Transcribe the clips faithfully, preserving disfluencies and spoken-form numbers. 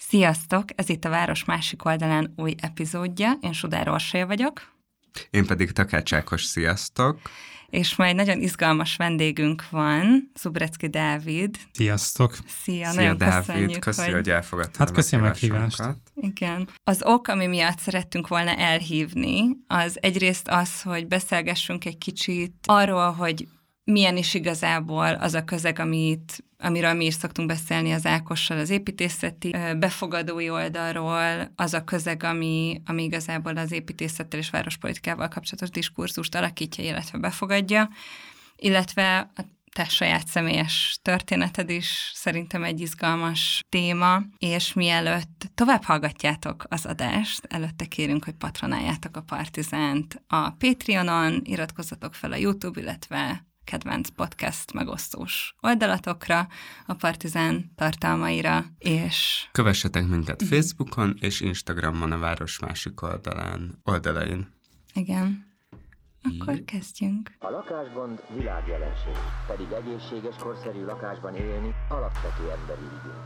Sziasztok! Ez itt a Város másik oldalán új epizódja. Én Sudár Orsolya vagyok. Én pedig Takács Ákos, sziasztok! És ma egy nagyon izgalmas vendégünk van, Zubrecki Dávid. Sziasztok! Szia, Szia nagyon Dávid, köszönjük, köszi, hogy, hogy elfogadtad hát a köszönöm a meghívást. Igen. Az ok, ami miatt szerettünk volna elhívni, az egyrészt az, hogy beszélgessünk egy kicsit arról, hogy milyen is igazából az a közeg, amit, amiről mi is szoktunk beszélni az Ákossal, az építészeti befogadói oldalról, az a közeg, ami, ami igazából az építészettel és várospolitikával kapcsolatos diskurzust alakítja, illetve befogadja, illetve a te saját személyes történeted is szerintem egy izgalmas téma, és mielőtt tovább hallgatjátok az adást, előtte kérünk, hogy patronáljátok a Partizánt a Patreonon, iratkozzatok fel a YouTube, illetve kedvenc podcast megosztós oldalatokra, a Partizán tartalmaira, és... Kövessetek minket Facebookon és Instagramon a Város másik oldalán, oldalain. Igen. Akkor I... kezdjünk. A lakásgond világjelenség, pedig egészséges, korszerű lakásban élni alapvető emberi igény.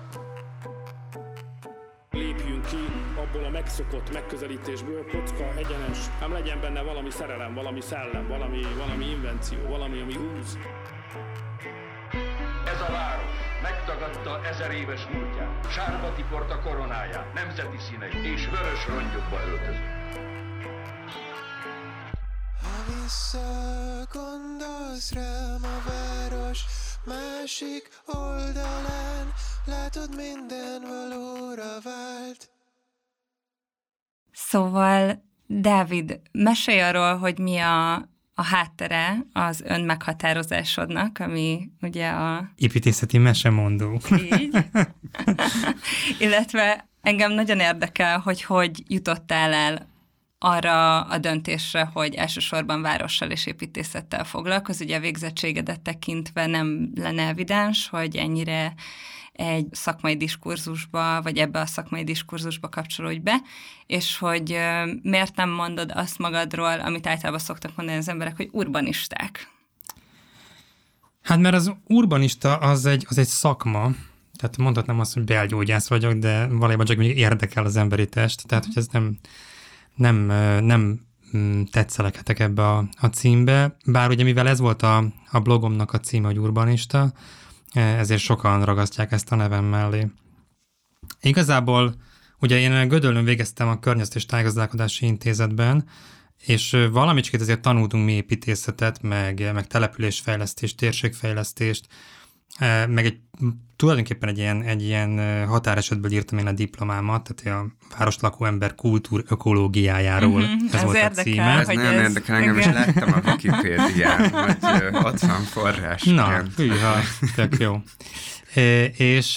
Lépjünk ki abból a megszokott megközelítésből, kocka, egyenes, ám legyen benne valami szerelem, valami szellem, valami, valami invenció, valami, ami húz. Ez a város megtagadta ezer éves múltját, sárba tiporta koronáját, nemzeti színeit és vörös rongyokba öltözött. Ha visszagondolsz rám a város másik oldalán, látod, minden valóra vált. Szóval, Dávid, mesélj arról, hogy mi a, a háttere az önmeghatározásodnak, ami ugye a... Építészeti mesemondó. Így. Illetve engem nagyon érdekel, hogy hogy jutottál el arra a döntésre, hogy elsősorban várossal és építészettel foglalkoz. Ugye a végzettségedet tekintve nem lenne evidens, hogy ennyire egy szakmai diskurzusba, vagy ebbe a szakmai diskurzusba kapcsolódj be, és hogy miért nem mondod azt magadról, amit általában szoktak mondani az emberek, hogy urbanisták? Hát mert az urbanista az egy, az egy szakma, tehát mondhatnám azt, hogy belgyógyász vagyok, de valójában csak még érdekel az emberi test, tehát hogy ez nem... nem, nem tetszelekedek ebbe a, a címbe, bár ugye mivel ez volt a, a blogomnak a címe, hogy urbanista, ezért sokan ragasztják ezt a nevem mellé. Igazából ugye én Gödöllőn végeztem a Környezet és Tájgazdálkodási Intézetben, és valamicskét azért tanultunk mi építészetet, meg, meg településfejlesztést, térségfejlesztést, meg egy, tulajdonképpen egy ilyen, egy ilyen határesetből írtam én a diplomámat, tehát a városlakó ember kultúr ökológiájáról, uh-huh, ez, ez volt érdekel, a címe. Ez nagyon ez, érdekel, engem is láttam a Wikipédián, hogy ott van forrás. Na, hűha, tök jó. E, és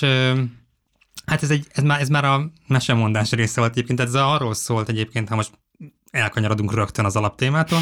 hát ez, egy, ez, már, ez már a mesemondás része volt egyébként, tehát ez arról szólt egyébként, ha most elkanyarodunk rögtön az alaptémától,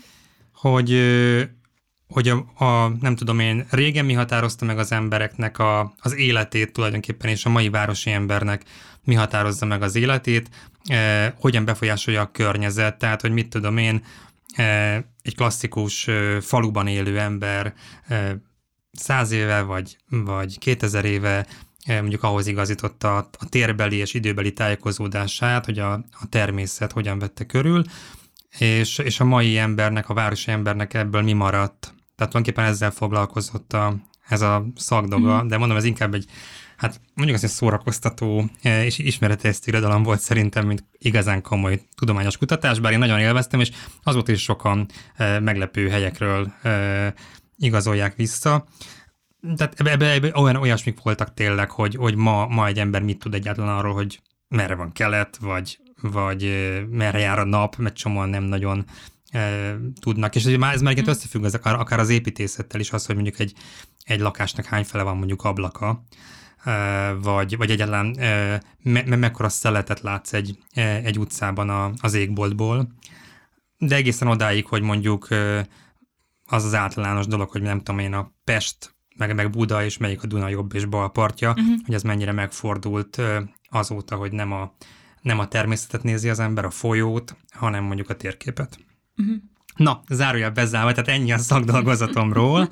hogy hogy a, a, nem tudom én, régen mi határozta meg az embereknek a, az életét tulajdonképpen, és a mai városi embernek mi határozza meg az életét, eh, hogyan befolyásolja a környezet, tehát, hogy mit tudom én, eh, egy klasszikus eh, faluban élő ember eh, száz éve vagy, vagy kétezer éve eh, mondjuk ahhoz igazította a, a térbeli és időbeli tájékozódását, hogy a, a természet hogyan vette körül, és, és a mai embernek, a városi embernek ebből mi maradt. Tehát tulajdonképpen ezzel foglalkozott a, ez a szakdoga, mm. de mondom, ez inkább egy, hát mondjuk azt, hogy szórakoztató és ismeretesztő irodalom volt szerintem, mint igazán komoly tudományos kutatás, bár én nagyon élveztem, és azóta is sokan e, meglepő helyekről e, igazolják vissza. Tehát ebbe, ebbe, ebbe olyan olyasmik voltak tényleg, hogy, hogy ma, ma egy ember mit tud egyáltalán arról, hogy merre van kelet, vagy vagy merre jár a nap, mert csomóan nem nagyon e, tudnak. És ez már, ez már összefügg az, akár, akár az építészettel is az, hogy mondjuk egy, egy lakásnak hányfele van mondjuk ablaka, e, vagy, vagy egyáltalán e, me, mekkora szeletet látsz egy, egy utcában a, az égboltból. De egészen odáig, hogy mondjuk e, az az általános dolog, hogy nem tudom én, a Pest, meg, meg Buda, és melyik a Duna jobb és bal partja, uh-huh. hogy ez mennyire megfordult e, azóta, hogy nem a nem a természetet nézi az ember, a folyót, hanem mondjuk a térképet. Uh-huh. Na, zárójel bezárva, tehát ennyi a szakdolgozatomról.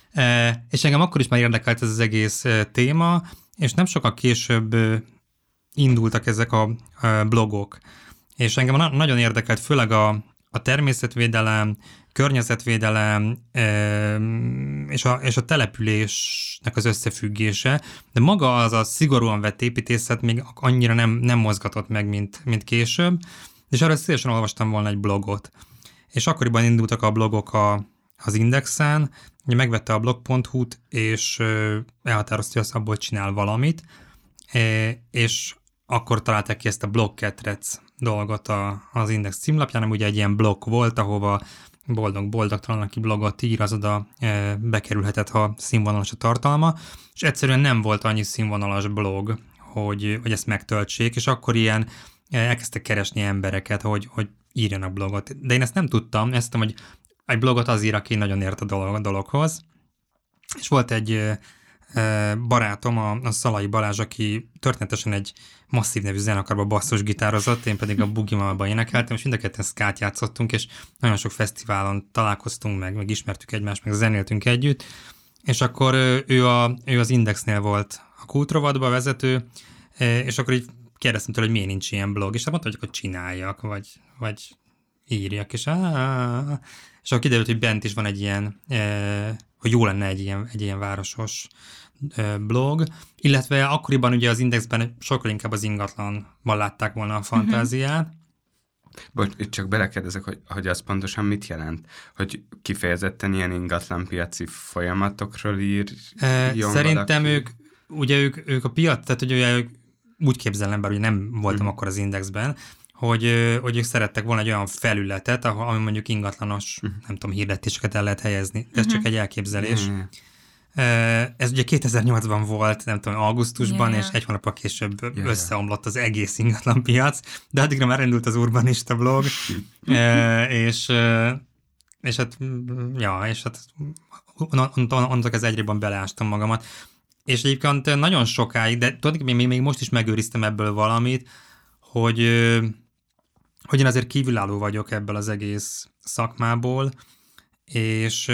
e, és engem akkor is már érdekelt ez az egész téma, és nem sokkal később indultak ezek a blogok. És engem na- nagyon érdekelt, főleg a, a természetvédelem, környezetvédelem és a, és a településnek az összefüggése, de maga az a szigorúan vett építészet még annyira nem, nem mozgatott meg, mint, mint később, és arra szívesen olvastam volna egy blogot. És akkoriban indultak a blogok a, az Indexen, ugye megvette a blog pont hu-t, és elhatározta, hogy azt abból csinál valamit, és akkor találták ki ezt a blogketrec dolgot a, az Index címlapján, ami ugye egy ilyen blog volt, ahova boldog-boldogtalan, aki blogot ír, az oda e, bekerülhetett, ha színvonalas a tartalma, és egyszerűen nem volt annyi színvonalas blog, hogy, hogy ezt megtöltsék, és akkor ilyen e, elkezdtek keresni embereket, hogy, hogy írjanak blogot. De én ezt nem tudtam, ezt tudom, hogy egy blogot az ír, aki nagyon ért a, dolog, a dologhoz, és volt egy e, barátom, a, a Szalai Balázs, aki történetesen egy Masszív nevű zenekarba basszusgitározott, én pedig a Bugimalba énekeltem, és mind a ketten szkát játszottunk, és nagyon sok fesztiválon találkoztunk meg, meg ismertük egymást, meg zenéltünk együtt, és akkor ő, a, ő az Indexnél volt a kultrovatba vezető, és akkor így kérdeztem tőle, hogy miért nincs ilyen blog, és hát mondta, hogy akkor csináljak, vagy, vagy írjak, és, áh, és akkor kiderült, hogy bent is van egy ilyen, hogy jó lenne egy ilyen, egy ilyen városos blog, illetve akkoriban ugye az Indexben sokkal inkább az ingatlanban látták volna a fantáziát. Bocs, itt csak belekérdezek, hogy, hogy az pontosan mit jelent? Hogy kifejezetten ilyen ingatlanpiaci folyamatokról ír? E, szerintem valaki? ők, ugye ők, ők a piac, tehát ugye ők úgy képzelem, bár ugye nem voltam mm. akkor az Indexben, hogy, hogy ők szerettek volna egy olyan felületet, ami mondjuk ingatlanos, mm. nem tudom, hirdetéseket el lehet helyezni. De ez mm-hmm. csak egy elképzelés. Mm. Ez ugye kétezer-nyolcban volt, nem tudom, augusztusban, yeah. és egy hónappal később yeah. összeomlott az egész ingatlanpiac, de addigra már indult az urbanista blog, és, és hát, ja, és hát onnantól ez egyréban beleástam magamat. És egyébként nagyon sokáig, de tulajdonképpen még, még most is megőriztem ebből valamit, hogy, hogy én azért kívülálló vagyok ebből az egész szakmából, és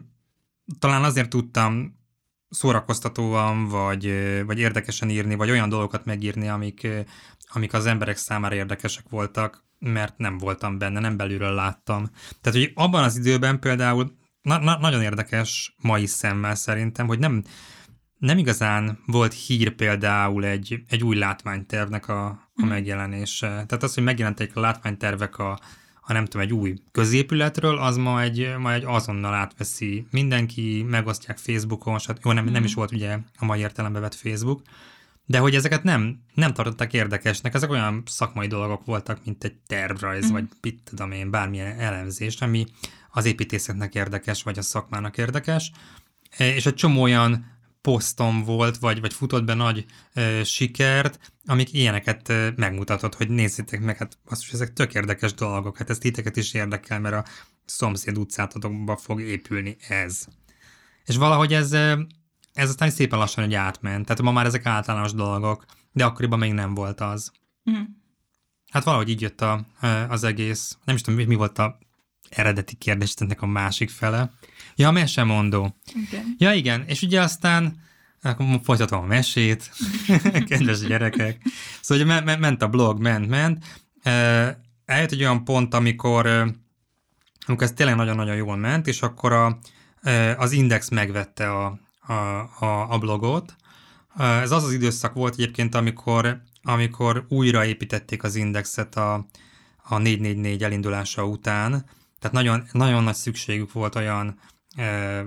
talán azért tudtam szórakoztatóan, vagy, vagy érdekesen írni, vagy olyan dolgokat megírni, amik, amik az emberek számára érdekesek voltak, mert nem voltam benne, nem belülről láttam. Tehát, hogy abban az időben például na, na, nagyon érdekes mai szemmel szerintem, hogy nem, nem igazán volt hír például egy, egy új látványtervnek a, a megjelenése. Tehát az, hogy megjelentek a látványtervek a ha nem tudom, egy új középületről, az ma egy, ma egy azonnal átveszi mindenki, megosztják Facebookon, stb. Jó, nem, nem is volt ugye a mai értelembe vett Facebook, de hogy ezeket nem, nem tartották érdekesnek, ezek olyan szakmai dolgok voltak, mint egy tervrajz, mm. vagy mit tudom én, bármilyen elemzés, ami az építészetnek érdekes, vagy a szakmának érdekes, és egy csomó olyan posztom volt, vagy, vagy futott be nagy e, sikert, amik ilyeneket e, megmutatott, hogy nézzétek meg, hát azt, ezek tök érdekes dolgok, hát ez titeket is érdekel, mert a szomszéd utcátokba fog épülni ez. És valahogy ez, ez aztán szépen lassan hogy átment, tehát ma már ezek általános dolgok, de akkoriban még nem volt az. Mm. Hát valahogy így jött a, az egész, nem is tudom, mi, mi volt a eredeti kérdés, ennek a másik fele. Ja, a mesemondó. Okay. Ja, igen, és ugye aztán akkor folytatom a mesét, kedves gyerekek. Szóval ugye me- ment a blog, ment, ment. Eljött egy olyan pont, amikor, amikor ez tényleg nagyon-nagyon jól ment, és akkor a, az Index megvette a, a, a, a blogot. Ez az az időszak volt egyébként, amikor, amikor újra építették az Indexet a, a négy négy négy elindulása után. Tehát nagyon, nagyon nagy szükségük volt olyan e,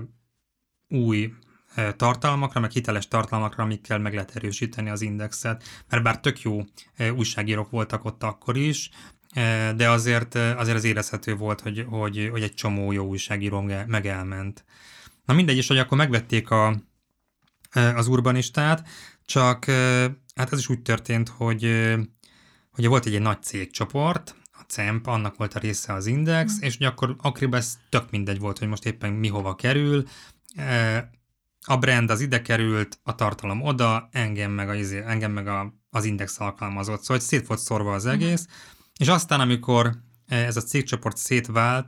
új e, tartalmakra, meg hiteles tartalmakra, amikkel meg lehet erősíteni az Indexet. Mert bár tök jó e, újságírók voltak ott akkor is, e, de azért, azért az érezhető volt, hogy, hogy, hogy egy csomó jó újságíró meg elment. Na mindegy is, hogy akkor megvették a, e, az urbanistát, csak e, hát ez is úgy történt, hogy, hogy volt egy, egy nagy cégcsoport, cé e em pé, annak volt a része az Index, mm. és ugye akkor akkoriban ez tök mindegy volt, hogy most éppen mi hova kerül. A brand az ide került, a tartalom oda, engem meg, a, engem meg a, az Index alkalmazott. Szóval szét volt szorva az egész, mm. és aztán, amikor ez a cégcsoport szétvált,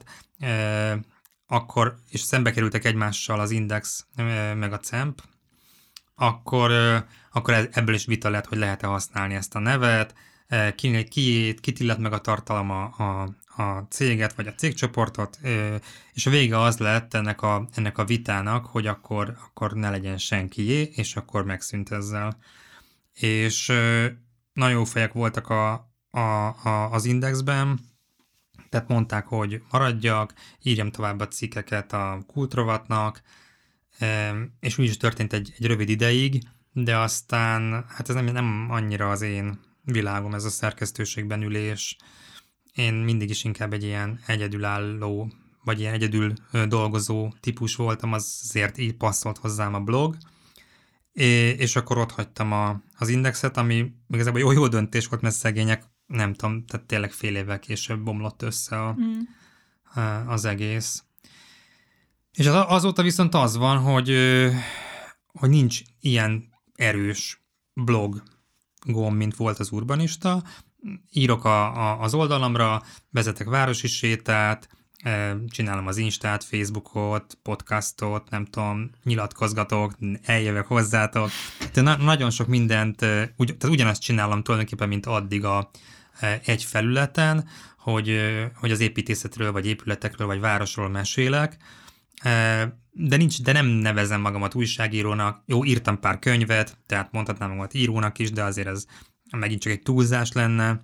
akkor, és szembe kerültek egymással az Index meg a cé e em pé, akkor, akkor ebből is vita lett, hogy lehet-e használni ezt a nevet, ki, ki, kit illet meg a tartalma a, a céget, vagy a cégcsoportot, és a vége az lett ennek a, ennek a vitának, hogy akkor, akkor ne legyen senkié, és akkor megszűnt ezzel. És nagyon jó fejek voltak a, a, a, az Indexben, tehát mondták, hogy maradjak, írjam tovább a cikkeket a kultrovatnak, és úgy is történt egy, egy rövid ideig, de aztán, hát ez nem, nem annyira az én világom, ez a szerkesztőségben ülés. Én mindig is inkább egy ilyen egyedülálló, vagy ilyen egyedül dolgozó típus voltam, azért így passzolt hozzám a blog, és akkor ott hagytam a, az Indexet, ami igazából jó, jó döntés volt, mert szegények, nem tudom, tehát tényleg fél évvel később bomlott össze a, mm. az egész. És az, azóta viszont az van, hogy, hogy nincs ilyen erős blog gomb, mint volt az Urbanista. Írok a, a, az oldalamra, vezetek városi sétát, csinálom az Instát, Facebookot, podcastot, nem tudom, nyilatkozgatok, eljövök hozzátok. Tehát na- nagyon sok mindent, ugy, tehát ugyanazt csinálom tulajdonképpen, mint addig a, egy felületen, hogy, hogy az építészetről, vagy épületekről, vagy városról mesélek, de, nincs, de nem nevezem magamat újságírónak. Jó, írtam pár könyvet, tehát mondhatnám magamat írónak is, de azért ez megint csak egy túlzás lenne.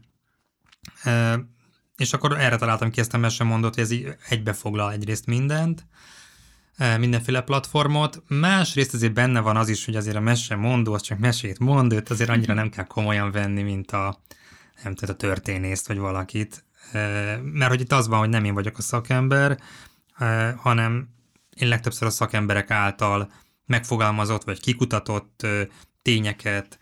És akkor erre találtam ki ezt a mesemondót, hogy ez így egybefoglal egyrészt mindent, mindenféle platformot. Másrészt azért benne van az is, hogy azért a mesemondó, az csak mesét mond, őt azért annyira nem kell komolyan venni, mint a, nem tudom, a történészt, vagy valakit. Mert hogy itt az van, hogy nem én vagyok a szakember, hanem én legtöbbször a szakemberek által megfogalmazott, vagy kikutatott tényeket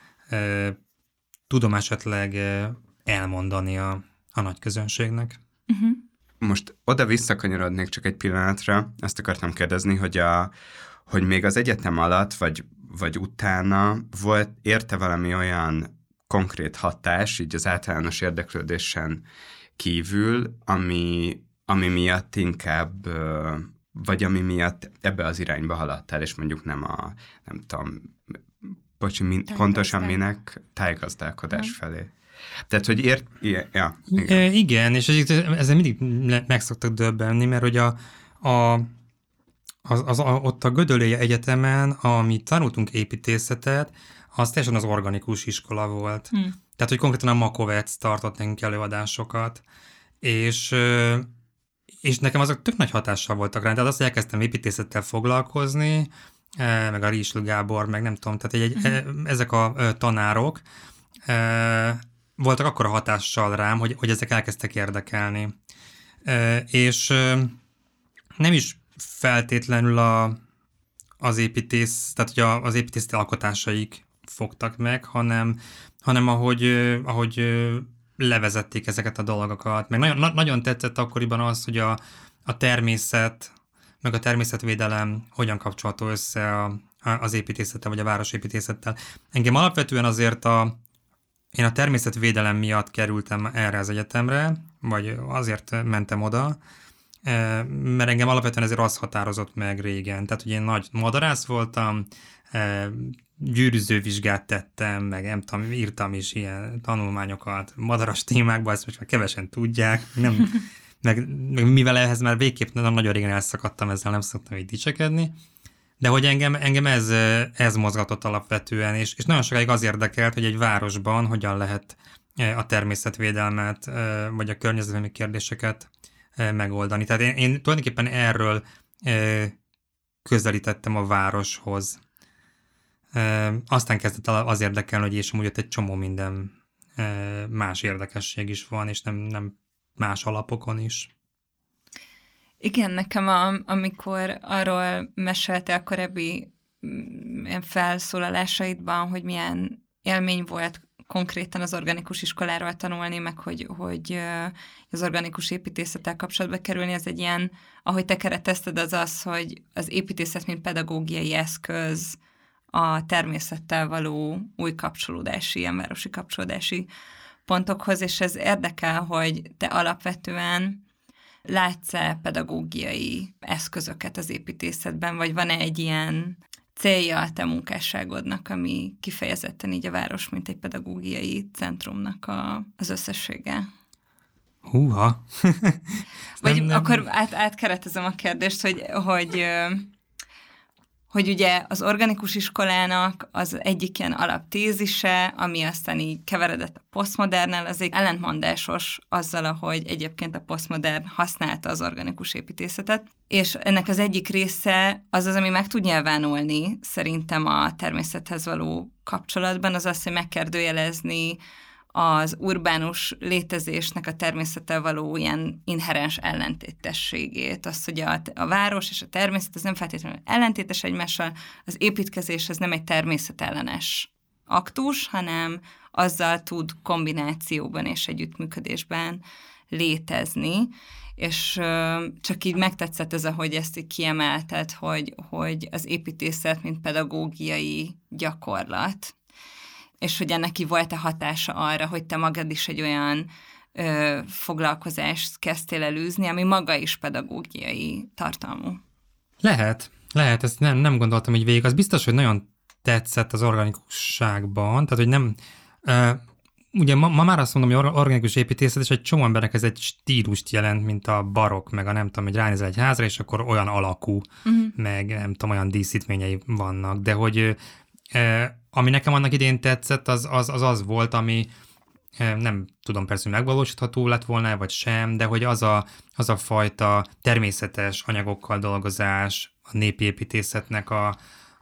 tudom esetleg elmondani a, a nagy közönségnek. Uh-huh. Most oda visszakanyarodnék csak egy pillanatra, azt akartam kérdezni, hogy, a, hogy még az egyetem alatt, vagy, vagy utána volt, érte valami olyan konkrét hatás, így az általános érdeklődésen kívül, ami, ami miatt inkább, vagy ami miatt ebbe az irányba haladtál, és mondjuk nem a, nem tudom, bocsi, min, pontosan minek, tájgazdálkodás hmm. felé. Tehát, hogy ért... Ja, igen. E, igen, és ezzel mindig meg szoktak döbbenni, mert hogy a, a, az, az, a, ott a Gödöllői Egyetemen, amit tanultunk építészetet, az teljesen az organikus iskola volt. Hmm. Tehát, hogy konkrétan a Makovec tartott nekünk előadásokat, és, és nekem azok tök nagy hatással voltak rá. Tehát azt, hogy elkezdtem építészettel foglalkozni, meg a Riesl Gábor, meg nem tudom, tehát egy, egy, ezek a tanárok voltak akkora hatással rám, hogy, hogy ezek elkezdtek érdekelni. És nem is feltétlenül a, az építész, tehát hogy a, az építészeti alkotásaik fogtak meg, hanem, hanem ahogy, ahogy levezették ezeket a dolgokat. Meg nagyon, na, nagyon tetszett akkoriban az, hogy a, a természet, meg a természetvédelem hogyan kapcsolható össze a, az építészettel, vagy a városépítészettel. Engem alapvetően azért a, én a természetvédelem miatt kerültem erre az egyetemre, vagy azért mentem oda, mert engem alapvetően ezért az határozott meg régen. Tehát, hogy én nagy madarász voltam, gyűrűzővizsgát tettem, meg nem tudom, írtam is ilyen tanulmányokat madaras témákban, ezt most már kevesen tudják, nem, meg, meg mivel ehhez már végképp nagyon régen elszakadtam, ezzel nem szoktam így dicsekedni, de hogy engem, engem ez, ez mozgatott alapvetően, és, és nagyon sokáig az érdekelt, hogy egy városban hogyan lehet a természetvédelmet, vagy a környezetvédelmi kérdéseket megoldani. Tehát én, én tulajdonképpen erről közelítettem a városhoz. Aztán kezdett az érdekelni, hogy és amúgy ott egy csomó minden más érdekesség is van, és nem, nem más alapokon is. Igen, nekem a, amikor arról meséltél korábbi felszólalásaidban, hogy milyen élmény volt konkrétan az organikus iskoláról tanulni, meg hogy, hogy az organikus építészettel kapcsolatba kerülni, ez egy ilyen, ahogy te keretezted, az az, hogy az építészet, mint pedagógiai eszköz, a természettel való új kapcsolódási, ilyen városi kapcsolódási pontokhoz, és ez érdekel, hogy te alapvetően látsz-e pedagógiai eszközöket az építészetben, vagy van-e egy ilyen célja a te munkásságodnak, ami kifejezetten így a város, mint egy pedagógiai centrumnak a, az összessége? Húha! Vagy nem, nem. akkor át, átkeretezem a kérdést, hogy, hogy, hogy ugye az organikus iskolának az egyik ilyen alaptézise, ami aztán így keveredett a posztmodernel, az egy ellentmondásos azzal, ahogy egyébként a posztmodern használta az organikus építészetet. És ennek az egyik része az az, ami meg tud nyilvánulni szerintem a természethez való kapcsolatban, az az, hogy megkérdőjelezni az urbánus létezésnek a természettel való ilyen inherens ellentétességét. Az, hogy a, a város és a természet az nem feltétlenül ellentétes egymással, az építkezés az nem egy természetellenes aktus, hanem azzal tud kombinációban és együttműködésben létezni. És ö, csak így megtetszett ez, ahogy ezt így kiemelted, hogy, hogy az építészet, mint pedagógiai gyakorlat, és hogy ennek ki volt a hatása arra, hogy te magad is egy olyan ö, foglalkozást kezdtél el űzni, ami maga is pedagógiai tartalmú. Lehet, lehet, ezt nem, nem gondoltam így végig. Az biztos, hogy nagyon tetszett az organikusságban, tehát hogy nem... Ö, ugye ma, ma már azt mondom, hogy organikus építészet, és egy csomó embernek ez egy stílust jelent, mint a barokk, meg a nem tudom, hogy ránézel egy házra, és akkor olyan alakú, uh-huh. meg nem tudom, olyan díszítményei vannak, de hogy... Ö, ami nekem annak idén tetszett, az az, az az volt, ami nem tudom persze, hogy megvalósítható lett volna, vagy sem, de hogy az a, az a fajta természetes anyagokkal dolgozás, a népi építészetnek a,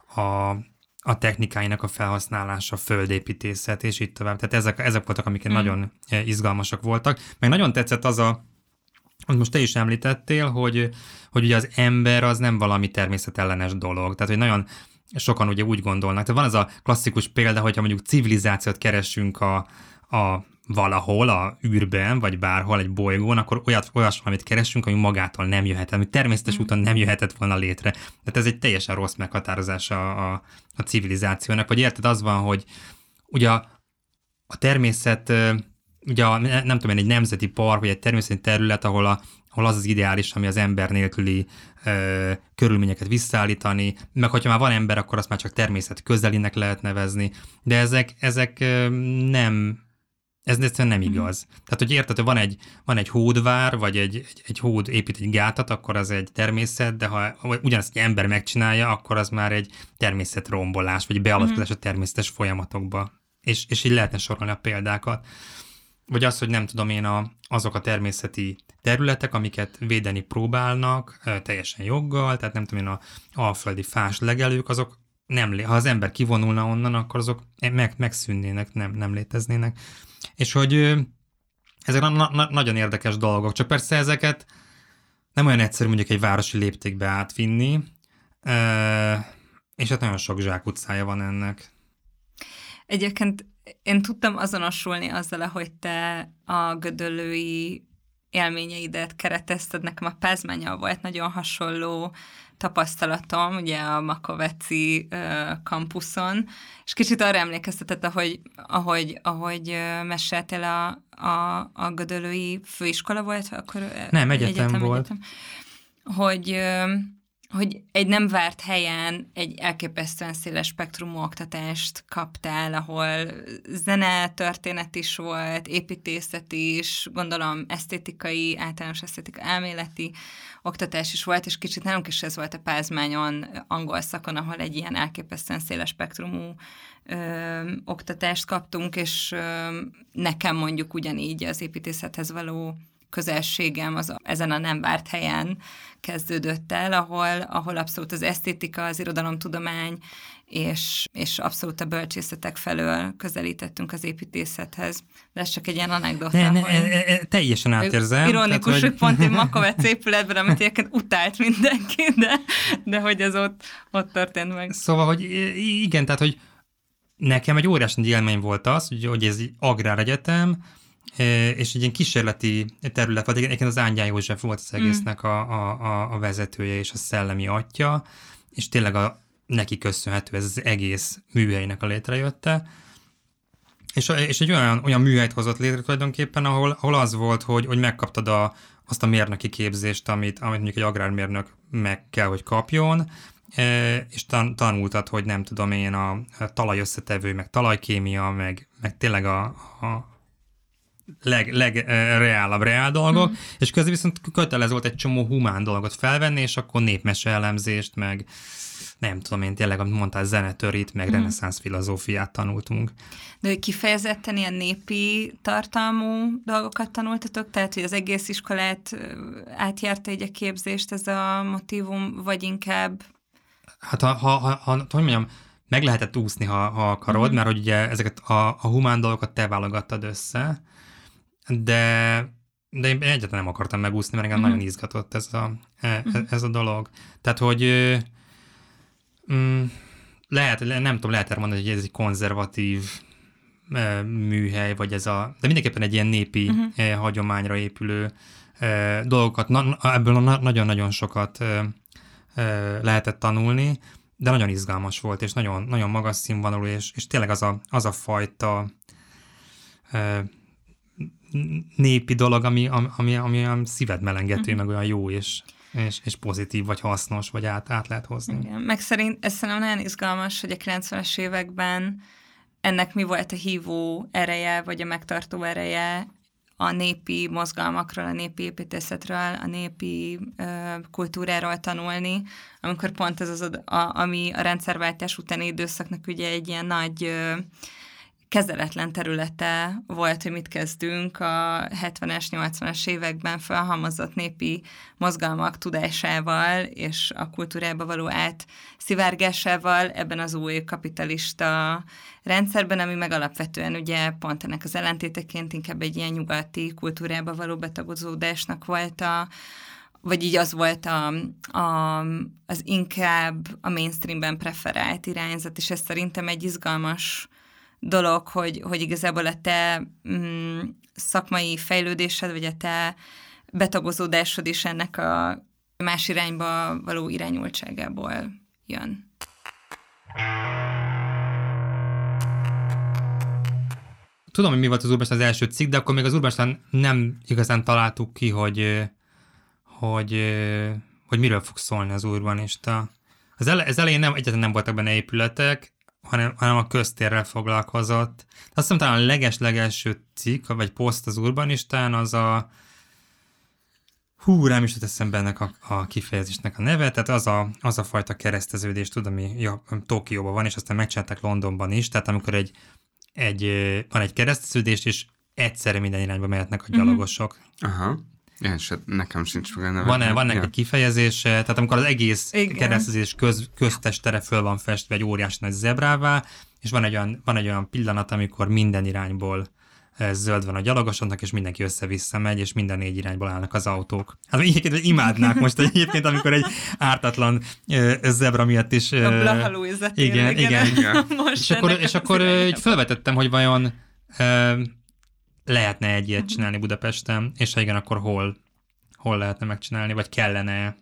a, a technikáinak a felhasználása, földépítészet, és így tovább. Tehát ezek, ezek voltak, amik hmm. nagyon izgalmasak voltak. Meg nagyon tetszett az a, amit most te is említettél, hogy, hogy ugye az ember az nem valami természetellenes dolog. Tehát, hogy nagyon sokan ugye úgy gondolnak. Tehát van ez a klasszikus példa, hogyha mondjuk civilizációt keresünk a, a valahol, a űrben, vagy bárhol egy bolygón, akkor olyat, olyas valamit keresünk, ami magától nem jöhet, ami természetes úton nem jöhetett volna létre. Tehát ez egy teljesen rossz meghatározása a, a civilizációnak. Vagy érted, az van, hogy ugye a, a természet, ugye a, nem tudom én, egy nemzeti park, vagy egy természeti terület, ahol a ahol az az ideális, ami az ember nélküli ö, körülményeket visszaállítani, meg hogyha már van ember, akkor azt már csak természet közelinek lehet nevezni, de ezek, ezek ö, nem, ez egyszerűen nem igaz. Mm. Tehát, hogy érted, hogy van egy, van egy hódvár, vagy egy, egy, egy hód épít egy gátat, akkor az egy természet, de ha ugyanazt egy ember megcsinálja, akkor az már egy természetrombolás, vagy beavatkozás mm. a természetes folyamatokba. És, és így lehetne sorolni a példákat. Vagy az, hogy nem tudom én, a, azok a természeti területek, amiket védeni próbálnak, teljesen joggal, tehát nem tudom én, a alföldi fás legelők, azok nem, ha az ember kivonulna onnan, akkor azok meg, megszűnnének, nem, nem léteznének. És hogy ezek na, na, nagyon érdekes dolgok, csak persze ezeket nem olyan egyszerű mondjuk egy városi léptékbe átvinni, és hát nagyon sok zsákutcája van ennek. Egyébként én tudtam azonosulni azzal, ahogy te a gödöllői élményeidet keretezted. Nekem a Pázmánnyal volt nagyon hasonló tapasztalatom, ugye a Makoveci uh, kampuszon, és kicsit arra emlékeztetett, ahogy, ahogy, ahogy uh, meséltél a, a, a gödöllői főiskola volt, akkor nem, egyetem, egyetem volt. Egyetem, hogy... Uh, hogy egy nem várt helyen egy elképesztően széles spektrumú oktatást kaptál, ahol zene, történet is volt, építészet is, gondolom esztétikai, általános esztétika elméleti oktatás is volt, és kicsit nálunk is ez volt a Pázmányon, angol szakon, ahol egy ilyen elképesztően széles spektrumú ö, oktatást kaptunk, és ö, nekem mondjuk ugyanígy az építészethez való közelségem az ezen a nem várt helyen kezdődött el, ahol, ahol abszolút az esztétika, az irodalomtudomány és, és abszolút a bölcsészetek felől közelítettünk az építészethez. De ez csak egy ilyen anekdota, ne, ne, hogy... E, e, teljesen átérzem. Ironikus, tehát, hogy pont én Makovec épületben, amit egyébként utált mindenki, de, de hogy ez ott, ott történt meg. Szóval, hogy igen, tehát, hogy nekem egy óriási élmény volt az, hogy, hogy ez egy agráregyetem, és egy ilyen kísérleti terület volt, egyébként az Ángyán József volt az egésznek a, a, a vezetője és a szellemi atya, és tényleg a, neki köszönhető ez az egész műhelynek a létrejötte. És, és egy olyan, olyan műhelyt hozott létre tulajdonképpen, ahol, ahol az volt, hogy, hogy megkaptad a, azt a mérnöki képzést, amit, amit mondjuk egy agrármérnök meg kell, hogy kapjon, és tan- tanultad, hogy nem tudom én, a, a talajösszetevő, meg talajkémia, meg, meg tényleg a, a leg, legreálabb reál dolgok, mm. és közben viszont kötelező volt egy csomó humán dolgot felvenni, és akkor népmese elemzést, meg nem tudom én, tényleg, amit mondtál, zenetörit, meg mm. reneszánsz filozófiát tanultunk. De hogy kifejezetten ilyen népi tartalmú dolgokat tanultatok? Tehát, hogy az egész iskolát átjárta egy a képzést ez a motívum, vagy inkább... Hát ha, ha, ha, ha hogy mondjam, meg lehetett úszni, ha, ha akarod, mm-hmm. mert hogy ugye ezeket a, a humán dolgokat te válogattad össze, de, de én egyáltalán nem akartam megúszni, mert engem mm-hmm. nagyon izgatott ez a, mm-hmm. ez a dolog. Tehát, hogy mm, lehet, nem tudom, lehet mondani, hogy ez egy konzervatív e, műhely, vagy ez a, de mindenképpen egy ilyen népi mm-hmm. e, hagyományra épülő e, dolgokat, na, ebből na, nagyon-nagyon sokat e, e, lehetett tanulni, de nagyon izgalmas volt, és nagyon, nagyon magas színvonalú, és, és tényleg az a, az a fajta e, népi dolog, ami, ami, ami olyan szíved melengető, mm. meg olyan jó, és, és, és pozitív, vagy hasznos, vagy át, át lehet hozni. Igen. Meg szerint, ez szerintem nagyon izgalmas, hogy a kilencvenes években ennek mi volt a hívó ereje, vagy a megtartó ereje a népi mozgalmakról, a népi építészetről, a népi ö, kultúráról tanulni, amikor pont ez az, a, ami a rendszerváltás utáni időszaknak ugye egy ilyen nagy ö, kezeletlen területe volt, hogy mit kezdünk a hetvenes, nyolcvanas években felhalmozott népi mozgalmak tudásával és a kultúrába való átszivárgásával ebben az új kapitalista rendszerben, ami meg alapvetően ugye pont ennek az ellentéteként inkább egy ilyen nyugati kultúrába való betagozódásnak volt a vagy így az volt a, a, az inkább a mainstreamben preferált irányzat, és ez szerintem egy izgalmas dolog, hogy, hogy igazából a te mm, szakmai fejlődésed, vagy a te betagozódásod is ennek a más irányba való irányultságából jön. Tudom, hogy mi volt az Urbanistán az első cikk, de akkor még az Urbanistán nem igazán találtuk ki, hogy, hogy, hogy miről fog szólni az Urbanista. Az, ele, az elején nem, egyáltalán nem voltak benne épületek, hanem, hanem a köztérrel foglalkozott. Azt hiszem, talán a leges-legelső cikk, vagy poszt az Urbanistán, az a hú, nem is jut eszembe ennek a, a kifejezésnek a neve, tehát az a, az a fajta kereszteződés, tud, ami ja, Tokióban van, és aztán megcsinálták Londonban is, tehát amikor egy, egy, van egy kereszteződés, és egyszerre minden irányba mehetnek a gyalogosok. Aha. Én se, nekem sincs meg a neve. Van, van neki egy kifejezése, tehát amikor az egész kereszteződés köz, köztestere föl van festve egy óriási nagy zebrává, és van egy olyan, van egy olyan pillanat, amikor minden irányból zöld van a gyalogosoknak, és mindenki össze-vissza megy, és minden négy irányból állnak az autók. Hát egyébként imádnák most egyébként, amikor egy ártatlan uh, zebra miatt is... Uh, a Blaha Louisa igen, igen. igen. és akkor, és akkor így felvetettem, hogy vajon uh, lehetne egy ilyet csinálni Budapesten, és ha igen, akkor hol, hol lehetne megcsinálni, vagy kellene.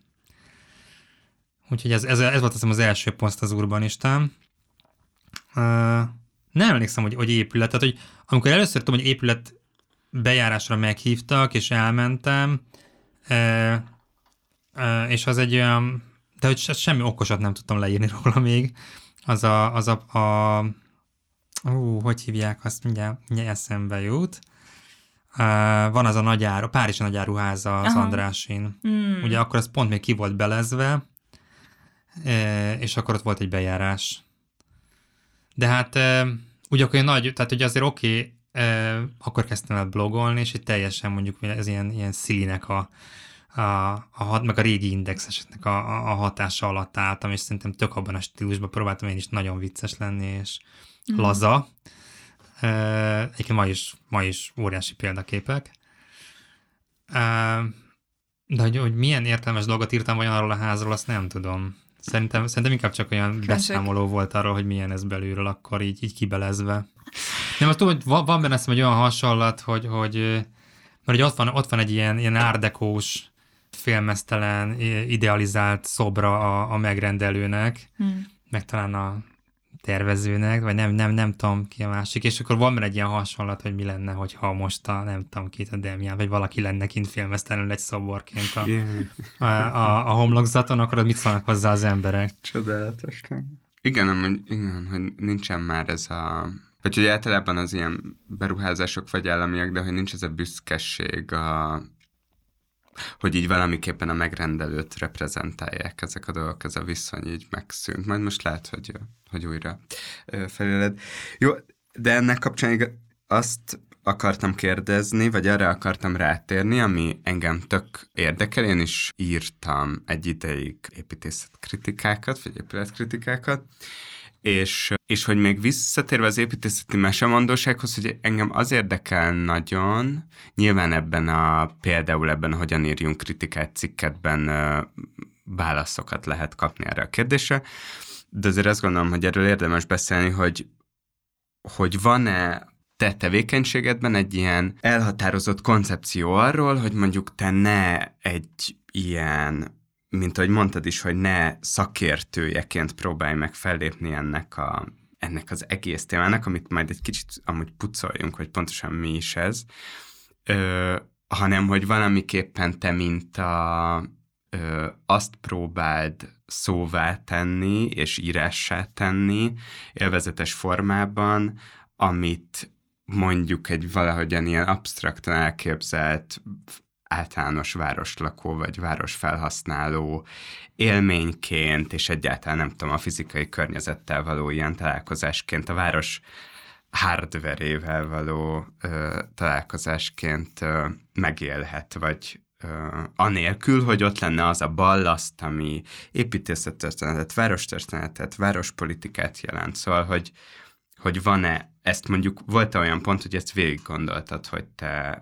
Úgyhogy ez, ez, ez volt azt az első poszt az Urbanistán. Uh, nem emlékszem, hogy, hogy épület, tehát hogy amikor először tudom, hogy épület bejárásra meghívtak, és elmentem, uh, uh, és az egy olyan, de hogy semmi okosat nem tudtam leírni róla még, az a, az a, a ú, hogy hívják, azt mindjárt, mindjárt eszembe jut. Uh, van az a nagyáru, a Párizsi nagyáruháza az Aha. Andrásin. Mm. Ugye akkor az pont még ki volt belezve, uh, és akkor ott volt egy bejárás. De hát uh, ugye akkor nagy, tehát ugye azért oké, okay, uh, akkor kezdtem el blogolni, és itt teljesen mondjuk ez ilyen, ilyen szílinek a, a, a, meg a régi indexeseknek a, a, a hatása alatt álltam, és szerintem tök abban a stílusban próbáltam én is nagyon vicces lenni, és mm. laza. Uh, egyébként ma is, ma is óriási példaképek. Uh, de hogy, hogy milyen értelmes dolgot írtam vajon arról a házról, azt nem tudom. Szerintem, szerintem inkább csak olyan Köszönjük. beszámoló volt arról, hogy milyen ez belülről, akkor így, így kibelezve. Nem, azt tudom, hogy van, van benne egy olyan hasonlat, hogy, hogy mert hogy ott van, ott van egy ilyen, ilyen árdekós, félmeztelen, idealizált szobra a, a megrendelőnek, hmm. meg talán a tervezőnek, vagy nem, nem, nem tudom ki a másik, és akkor van már egy ilyen hasonlat, hogy mi lenne, hogyha most a, nem tudom ki, a Demián, vagy valaki lenne kint filmesztelenül egy szoborként a, a, a, a homlokzaton, akkor mit szólnak hozzá az emberek? Csodálatos. Igen, amúgy, igen, hogy nincsen már ez a... Vagy hogy általában az ilyen beruházások vagy államiak, de hogy nincs ez a büszkeség, a, hogy így valamiképpen a megrendelőt reprezentálják ezek a dolgok, ez a viszony így megszűnt. Majd most lehet, hogy, hogy újra feléled. Jó, de ennek kapcsán azt akartam kérdezni, vagy arra akartam rátérni, ami engem tök érdekel. Én is írtam egy ideig építészetkritikákat, vagy épületkritikákat, és, és hogy még visszatérve az építészeti mesemondósághoz, hogy engem az érdekel nagyon, nyilván ebben a, például ebben a Hogyan írjunk kritikát cikketben uh, válaszokat lehet kapni erre a kérdésre, de azért azt gondolom, hogy erről érdemes beszélni, hogy, hogy van-e te tevékenységedben egy ilyen elhatározott koncepció arról, hogy mondjuk te ne egy ilyen, mint ahogy mondtad is, hogy ne szakértőjeként próbálj meg fellépni ennek, a, ennek az egész témának, amit majd egy kicsit amúgy pucoljunk, hogy pontosan mi is ez, ö, hanem hogy valamiképpen te, mint a, ö, azt próbáld szóvá tenni és írássá tenni élvezetes formában, amit mondjuk egy valahogyan ilyen absztraktan elképzelt általános városlakó vagy városfelhasználó élményként, és egyáltalán nem tudom, a fizikai környezettel való ilyen találkozásként, a város hardverével való ö, találkozásként ö, megélhet, vagy ö, anélkül, hogy ott lenne az a ballaszt, ami építészettörténetet, várostörténetet, várospolitikát jelent. Szóval, hogy, hogy van-e, ezt mondjuk, volt-e olyan pont, hogy ezt végig gondoltad, hogy te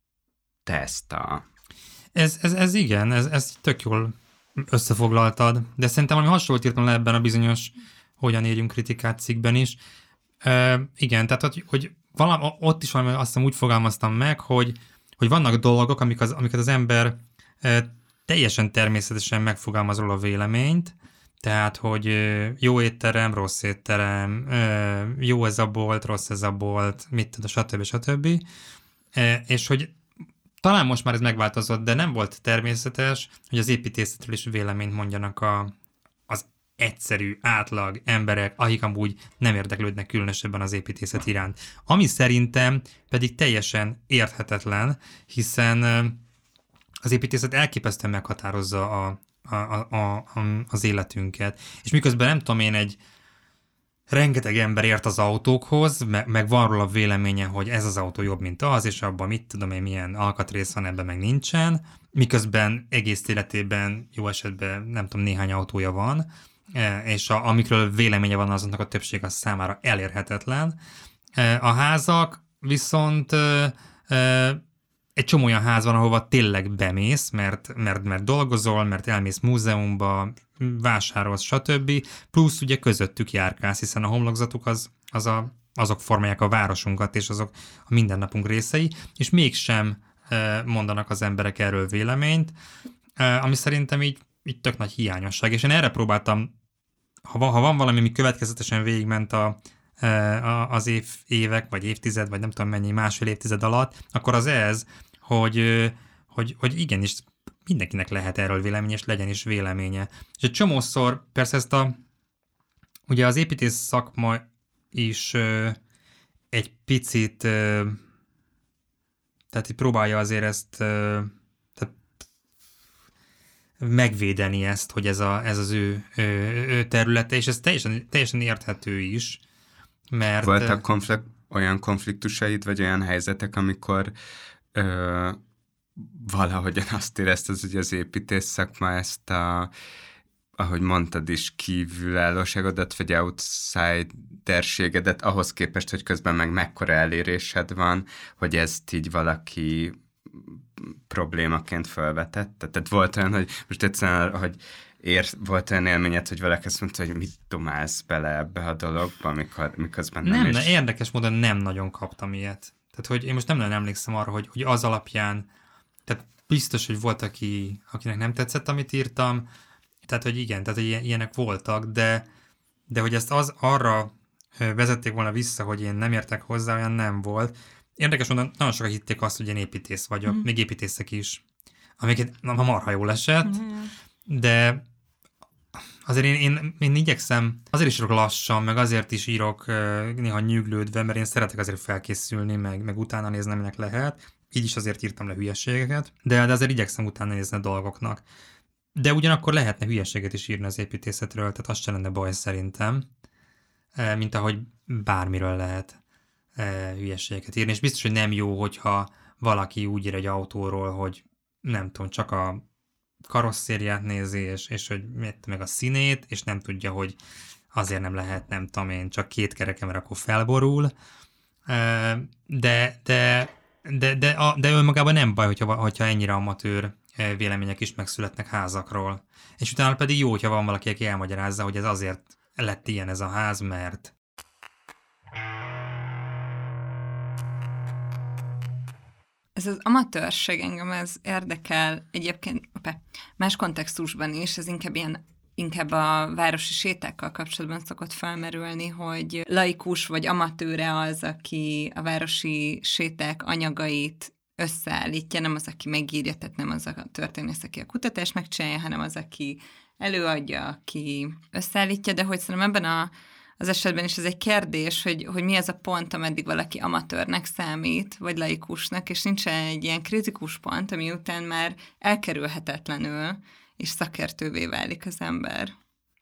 te ezt a... Ez, ez, ez igen, ez, ez tök jól összefoglaltad, de szerintem valami hasonlót írtam le ebben a bizonyos Hogyan írjunk kritikát cikkben is. E, igen, tehát hogy, hogy valami, ott is valami azt hiszem úgy fogalmaztam meg, hogy, hogy vannak dolgok, amik az, amiket az ember e, teljesen természetesen megfogalmaz róla a véleményt, tehát, hogy jó étterem, rossz étterem, e, jó ez a bolt, rossz ez a bolt, mit tudom, stb. stb. E, és hogy talán most már ez megváltozott, de nem volt természetes, hogy az építészetről is véleményt mondjanak a, az egyszerű, átlag emberek, akik amúgy nem érdeklődnek különösebben az építészet iránt. Ami szerintem pedig teljesen érthetetlen, hiszen az építészet elképesztően meghatározza a, a, a, a, az életünket. És miközben nem tudom én, egy rengeteg ember ért az autókhoz, meg, meg van róla véleménye, hogy ez az autó jobb, mint az, és abban mit tudom én, milyen alkatrész van, ebben meg nincsen, miközben egész életében jó esetben nem tudom, néhány autója van, és a, amikről véleménye van, azonnak a többség az számára elérhetetlen. A házak viszont egy csomó olyan ház van, ahova tényleg bemész, mert, mert, mert dolgozol, mert elmész múzeumba, vásárolsz, stb. Plusz ugye közöttük járkálsz, hiszen a homlokzatuk az, az a, azok formálják a városunkat, és azok a mindennapunk részei, és mégsem e, mondanak az emberek erről véleményt, e, ami szerintem így, így tök nagy hiányosság. És én erre próbáltam, ha van, ha van valami, ami következetesen végigment a, a, az év, évek, vagy évtized, vagy nem tudom mennyi, másfél évtized alatt, akkor az ez, hogy, hogy, hogy igenis mindenkinek lehet erről véleménye, és legyen is véleménye. És egy csomószor, persze ezt a, ugye az építész szakma is ö, egy picit, ö, tehát így próbálja azért ezt ö, tehát megvédeni ezt, hogy ez, a, ez az ő, ő, ő területe, és ez teljesen, teljesen érthető is, mert... Voltak konflikt, olyan konfliktusaid, vagy olyan helyzetek, amikor ö, valahogyan azt érezted, hogy az építész szakma ezt a, ahogy mondtad is, kívülállóságodat, vagy outsiderségedet ahhoz képest, hogy közben meg mekkora elérésed van, hogy ezt így valaki problémaként felvetett. Tehát volt olyan, hogy most egyszerűen, hogy ér, volt olyan élményed, hogy valaki azt mondta, hogy mit dumálsz bele ebbe a dologba, amikor, miközben nem, nem is... Nem, érdekes módon nem nagyon kaptam ilyet. Tehát, hogy én most nem nagyon emlékszem arra, hogy, hogy az alapján, tehát biztos, hogy volt, aki, akinek nem tetszett, amit írtam, tehát, hogy igen, tehát hogy ilyenek voltak, de, de hogy ezt az arra vezették volna vissza, hogy én nem értek hozzá, olyan nem volt. Érdekes mondani, nagyon sokan hitték azt, hogy én építész vagyok, mm. még építészek is, amiket na, marha jól esett, mm. de azért én, én, én igyekszem, azért is írok lassan, meg azért is írok uh, néha nyűglődve, mert én szeretek azért felkészülni, meg, meg utána nézni, aminek lehet. Így is azért írtam le hülyeségeket, de, de azért igyekszem utána nézni a dolgoknak. De ugyanakkor lehetne hülyeséget is írni az építészetről, tehát az sem lenne baj szerintem, mint ahogy bármiről lehet hülyeségeket írni. És biztos, hogy nem jó, hogyha valaki úgy ír egy autóról, hogy nem tudom, csak a karosszériát nézi, és, és hogy meg a színét, és nem tudja, hogy azért nem lehet, nem tudom én, csak két kereke, mert akkor felborul. De, de, de, de, a, de önmagában nem baj, hogyha, hogyha ennyire amatőr vélemények is megszületnek házakról. És utána pedig jó, hogyha van valaki, aki elmagyarázza, hogy ez azért lett ilyen ez a ház, mert... Ez az amatőrség engem, ez érdekel egyébként opa, más kontextusban is, ez inkább ilyen inkább a városi sétákkal kapcsolatban szokott felmerülni, hogy laikus vagy amatőre az, aki a városi séták anyagait összeállítja, nem az, aki megírja, tehát nem az a történész, aki a kutatást megcsinálja, hanem az, aki előadja, aki összeállítja, de hogy szerintem ebben a, az esetben is ez egy kérdés, hogy, hogy mi az a pont, ameddig valaki amatőrnek számít, vagy laikusnak, és nincs egy ilyen kritikus pont, ami után már elkerülhetetlenül és szakértővé válik az ember.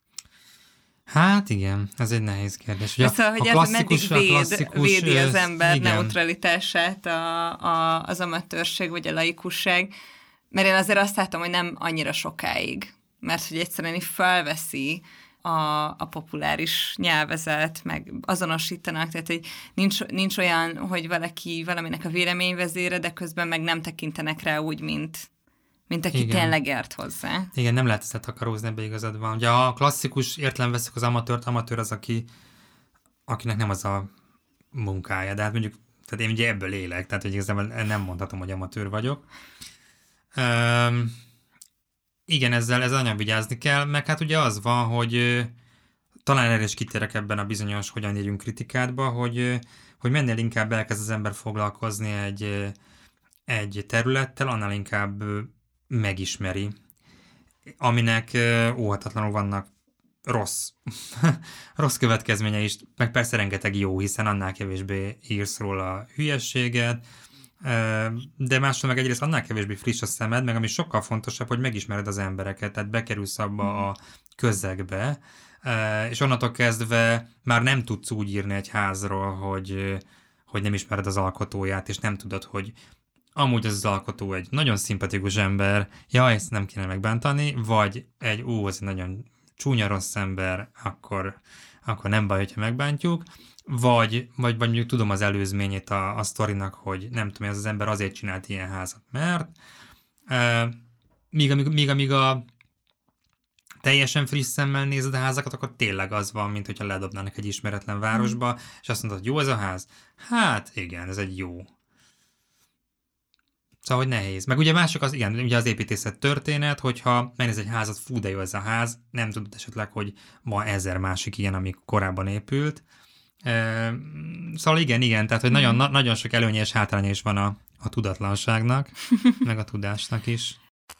Hát igen, ez egy nehéz kérdés. Ugye szóval, hogy a ez meddig véd, védi az ember igen. neutralitását a, a, az amatőrség vagy a laikusság, mert én azért azt látom, hogy nem annyira sokáig, mert hogy egyszerűen így felveszi a, a populáris nyelvezet, meg azonosítanak, tehát hogy nincs, nincs olyan, hogy valaki valaminek a véleményvezére, de közben meg nem tekintenek rá úgy, mint mint aki igen. tényleg ért hozzá. Igen, nem lehet ezt takarózni, ebbe igazad van. Ugye a klasszikus értelem veszük az amatőrt, amatőr az, aki, akinek nem az a munkája, de hát mondjuk, tehát én ugye ebből élek, tehát hogy igazából nem mondhatom, hogy amatőr vagyok. Üm, igen, ezzel, ezzel nagyon vigyázni kell, meg hát ugye az van, hogy talán erre is kitérek ebben a bizonyos hogyan írjunk kritikádba, hogy, hogy mennél inkább elkezd az ember foglalkozni egy, egy területtel, annál inkább megismeri, aminek óhatatlanul vannak rossz, rossz következménye is, meg persze rengeteg jó, hiszen annál kevésbé írsz róla hülyességet, de másról meg egyrészt annál kevésbé friss a szemed, meg ami sokkal fontosabb, hogy megismered az embereket, tehát bekerülsz abba a közegbe, és onnantól kezdve már nem tudsz úgy írni egy házról, hogy, hogy nem ismered az alkotóját, és nem tudod, hogy amúgy az, az alkotó egy nagyon szimpatikus ember, ja, ezt nem kéne megbántani, vagy egy, ú, az egy nagyon csúnya rossz ember, akkor, akkor nem baj, hogyha megbántjuk, vagy, vagy, vagy mondjuk tudom az előzményét a, a sztorinak, hogy nem tudom, ez az ember azért csinált ilyen házat, mert e, míg, míg, míg amíg a teljesen friss szemmel nézed a házakat, akkor tényleg az van, mint hogyha ledobnának egy ismeretlen városba, mm. és azt mondod, hogy jó ez a ház? Hát igen, ez egy jó. Szóval, hogy nehéz. Meg ugye mások az, igen, ugye az építészet történet, hogyha megnéz egy házat, fú, de jó ez a ház, nem tudod esetleg, hogy ma ezer másik ilyen, ami korábban épült. E, szóval igen, igen, tehát, hogy nagyon, na, nagyon sok előnye és hátránya is van a, a tudatlanságnak, meg a tudásnak is.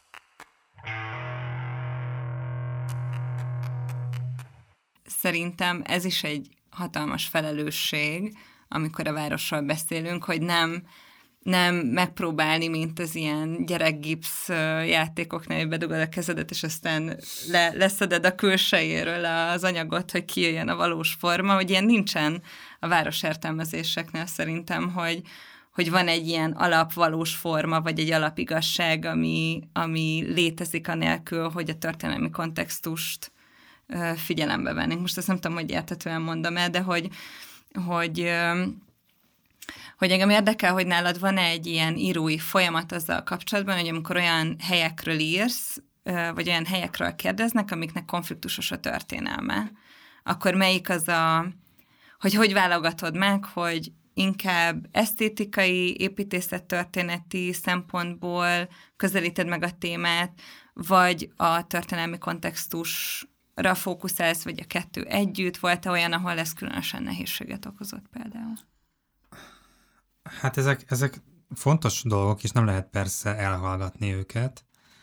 Szerintem ez is egy hatalmas felelősség, amikor a városról beszélünk, hogy nem nem megpróbálni, mint az ilyen gyerekgipsz játékoknál, hogy bedugod a kezedet, és aztán le, leszeded a külsejéről az anyagot, hogy kijöjjön a valós forma, hogy ilyen nincsen a városértelmezéseknél szerintem, hogy, hogy van egy ilyen alapvalós forma, vagy egy alapigazság, ami, ami létezik anélkül, hogy a történelmi kontextust figyelembe vennénk. Most ezt nem tudom, hogy érthetően mondom el, de hogy, hogy hogy engem érdekel, hogy nálad van egy ilyen írói folyamat azzal kapcsolatban, hogy amikor olyan helyekről írsz, vagy olyan helyekről kérdeznek, amiknek konfliktusos a történelme, akkor melyik az a, hogy hogy válogatod meg, hogy inkább esztétikai, építészettörténeti szempontból közelíted meg a témát, vagy a történelmi kontextus ra fókuszálsz, vagy a kettő együtt? Volt-e olyan, ahol ez különösen nehézséget okozott például? Hát ezek, ezek fontos dolgok, és nem lehet persze elhallgatni őket,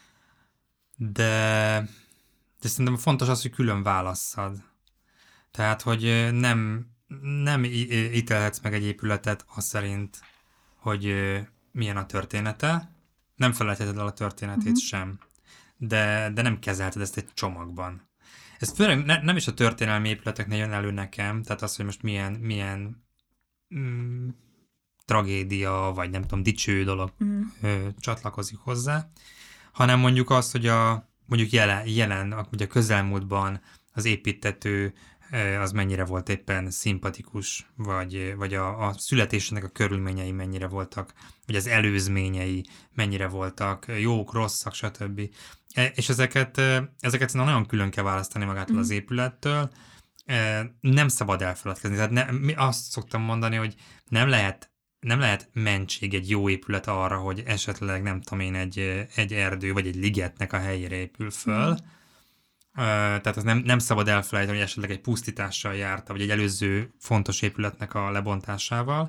de, de szerintem fontos az, hogy külön válasszad. Tehát, hogy nem, nem ítélhetsz meg egy épületet az szerint, hogy milyen a története, nem felejtheted el a történetét uh-huh. sem, de, de nem kezelted ezt egy csomagban. Ez főleg ne, nem is a történelmi épületeknél jön elő nekem, tehát az, hogy most milyen, milyen mm, tragédia, vagy nem tudom, dicső dolog uh-huh. ö, csatlakozik hozzá, hanem mondjuk az, hogy a mondjuk jelen, jelen ugye a közelmúltban az építtető az mennyire volt éppen szimpatikus, vagy, vagy a, a születésének a körülményei mennyire voltak, vagy az előzményei mennyire voltak, jók, rosszak, stb. És ezeket, ezeket nagyon külön kell választani magától mm. az épülettől. Nem szabad elfeledkezni. Tehát ne, mi azt szoktam mondani, hogy nem lehet, nem lehet mentség egy jó épület arra, hogy esetleg nem tudom én egy, egy erdő, vagy egy ligetnek a helyére épül föl. Mm. Tehát az nem, nem szabad elfelejteni, hogy esetleg egy pusztítással járta, vagy egy előző fontos épületnek a lebontásával,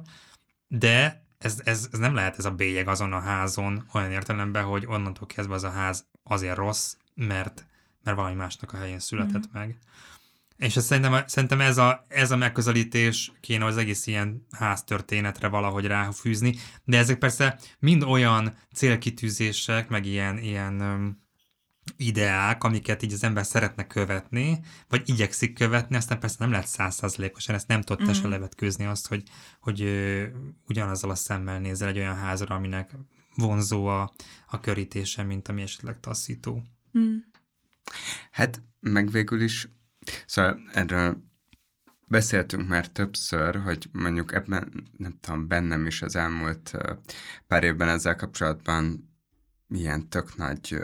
de ez, ez, ez nem lehet ez a bélyeg azon a házon olyan értelemben, hogy onnantól kezdve az a ház azért rossz, mert, mert valami másnak a helyén született mm. meg. És ez szerintem, szerintem ez, a, ez a megközelítés kéne az egész ilyen háztörténetre valahogy ráfűzni, de ezek persze mind olyan célkitűzések, meg ilyen, ilyen ideák, amiket így az ember szeretne követni, vagy igyekszik követni, aztán persze nem lehet száz százalékosan, ezt nem tudod te se levetkőzni azt, hogy, hogy ö, ugyanazzal a szemmel nézel egy olyan házra, aminek vonzó a, a körítése, mint ami esetleg taszító. Mm. Hát, meg végül is, szóval erről beszéltünk már többször, hogy mondjuk ebben, nem tudom, bennem is az elmúlt pár évben ezzel kapcsolatban ilyen tök nagy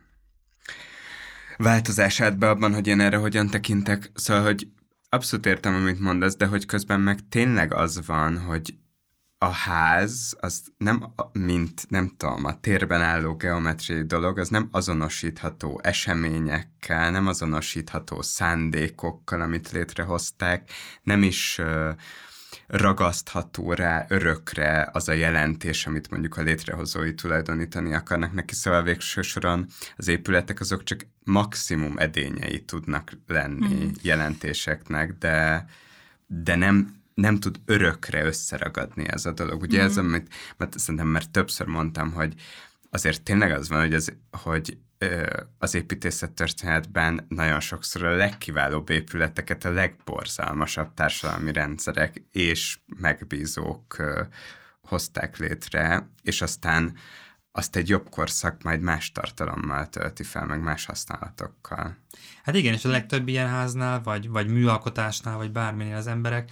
változását be abban, hogy én erre hogyan tekintek. Szóval, hogy abszolút értem, amit mondasz, de hogy közben meg tényleg az van, hogy a ház, az nem, mint nem tudom, a térben álló geometriai dolog, az nem azonosítható eseményekkel, nem azonosítható szándékokkal, amit létrehozták, nem is uh, ragasztható rá örökre az a jelentés, amit mondjuk a létrehozói tulajdonítani akarnak neki, szóval végső soron az épületek azok csak maximum edényei tudnak lenni mm. jelentéseknek, de, de nem, nem tud örökre összeragadni ez a dolog. Ugye mm. ez, amit mert szerintem már többször mondtam, hogy azért tényleg az van, hogy az, hogy az építészettörténetben nagyon sokszor a legkiválóbb épületeket a legborzalmasabb társadalmi rendszerek és megbízók hozták létre, és aztán azt egy jobb korszak majd más tartalommal tölti fel, meg más használatokkal. Hát igen, és a legtöbb ilyen háznál, vagy, vagy műalkotásnál, vagy bárminél az emberek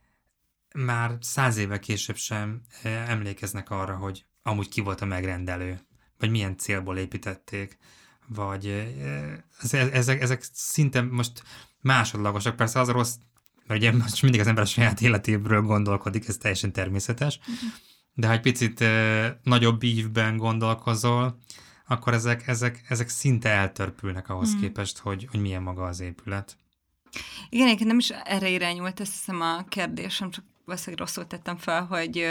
már száz évvel később sem emlékeznek arra, hogy amúgy ki volt a megrendelő, vagy milyen célból építették, vagy ezek, ezek szinte most másodlagosak. Persze az a rossz, mert ugye most mindig az ember a saját életébről gondolkodik, ez teljesen természetes, de ha egy picit nagyobb ívben gondolkozol, akkor ezek, ezek, ezek szinte eltörpülnek ahhoz mm. képest, hogy, hogy milyen maga az épület. Igen, egyébként nem is erre irányult, azt hiszem a kérdésem, csak valószínűleg rosszul tettem fel, hogy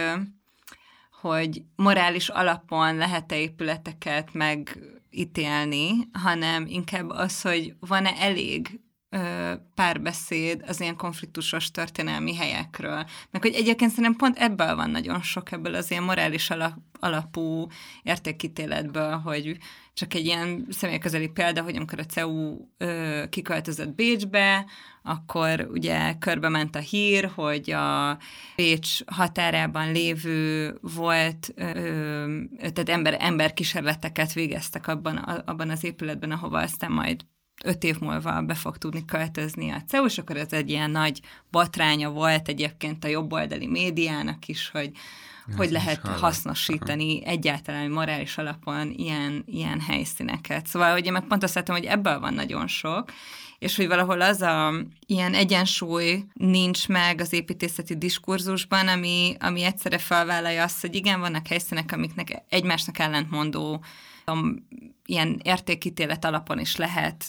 hogy morális alapon lehet-e épületeket megítélni, hanem inkább az, hogy van-e elég ö, párbeszéd az ilyen konfliktusos történelmi helyekről. Meg hogy egyébként szerintem pont ebből van nagyon sok, ebből az ilyen morális alap, alapú értékítéletből, hogy csak egy ilyen személyközeli példa, hogy amikor a cé e u ö, kiköltözött Bécsbe, akkor ugye körbe ment a hír, hogy a Bécs határában lévő volt, ö, tehát ember, emberkísérleteket végeztek abban, abban az épületben, ahova aztán majd öt év múlva be fog tudni költözni a cé e u, és akkor ez egy ilyen nagy botránya volt egyébként a jobboldali médiának is, hogy hogy lehet hasznosítani egyáltalán morális alapon ilyen, ilyen helyszíneket. Szóval, hogy én meg pont azt láttam, hogy ebből van nagyon sok, és hogy valahol az a ilyen egyensúly nincs meg az építészeti diskurzusban, ami, ami egyszerre felvállalja azt, hogy igen, vannak helyszínek, amiknek egymásnak ellentmondó, ilyen értékítélet alapon is lehet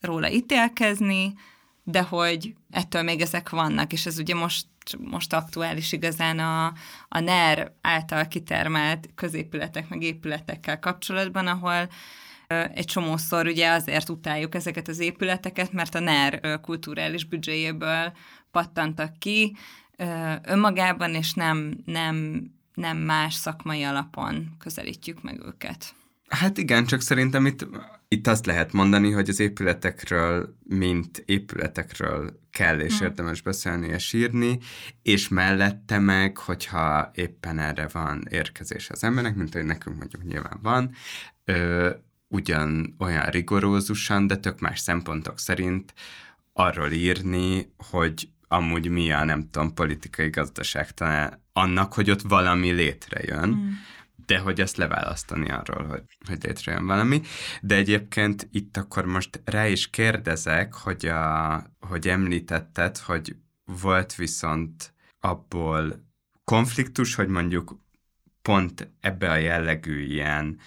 róla ítélkezni, de hogy ettől még ezek vannak, és ez ugye most, most aktuális igazán a, a en e er által kitermelt középületek meg épületekkel kapcsolatban, ahol egy csomószor ugye azért utáljuk ezeket az épületeket, mert a en e er kulturális büdzséjéből pattantak ki önmagában, és nem, nem, nem más szakmai alapon közelítjük meg őket. Hát igen, csak szerintem itt, itt azt lehet mondani, hogy az épületekről, mint épületekről kell és hmm. érdemes beszélni és írni, és mellette meg, hogyha éppen erre van érkezés az embernek, mint hogy nekünk mondjuk nyilván van, ö, ugyan olyan rigorózusan, de tök más szempontok szerint arról írni, hogy amúgy mi a, nem tudom, politikai gazdaságtalan annak, hogy ott valami létrejön, mm. de hogy ezt leválasztani arról, hogy, hogy létrejön valami. De egyébként itt akkor most rá is kérdezek, hogy, a, hogy említetted, hogy volt viszont abból konfliktus, hogy mondjuk pont ebbe a jellegű ilyen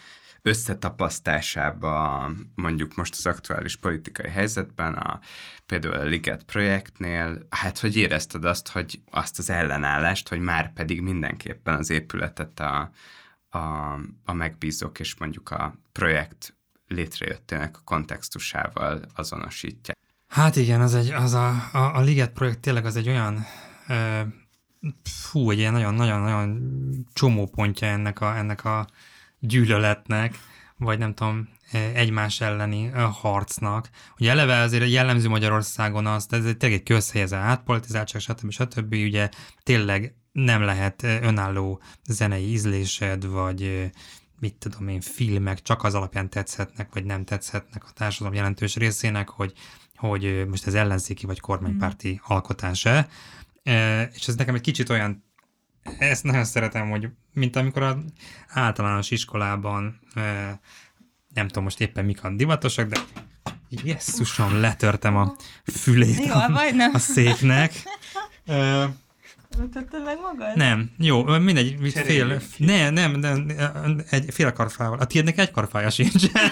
összetapasztásába, mondjuk most az aktuális politikai helyzetben, a, például a Liget projektnél, hát hogy érezted azt, hogy azt az ellenállást, hogy már pedig mindenképpen az épületet a, a, a megbízók és mondjuk a projekt létrejöttének a kontextusával azonosítják. Hát igen, az, egy, az a, a, a Liget projekt tényleg az egy olyan ö, fú, egy ilyen nagyon-nagyon csomó pontja ennek a, ennek a gyűlöletnek, vagy nem tudom, egymás elleni harcnak. Ugye eleve azért jellemző Magyarországon az, de ez egy tényleg egy közhelyez, átpolitizáltság, stb. stb. Ugye tényleg nem lehet önálló zenei ízlésed, vagy mit tudom én, filmek csak az alapján tetszhetnek, vagy nem tetszhetnek a társadalom jelentős részének, hogy, hogy most ez ellenzéki vagy kormánypárti mm. alkotás-e. És ez nekem egy kicsit olyan, ezt nagyon szeretem, hogy mint amikor az általános iskolában, nem tudom most éppen mik a divatosak, de jesszusom, letörtem a fülét jó, a, a széknek. Ütötted meg magad? Nem, jó, mindegy, fél, ne, nem, nem, egy fél karfával. A tiédnek egy karfája sincsen.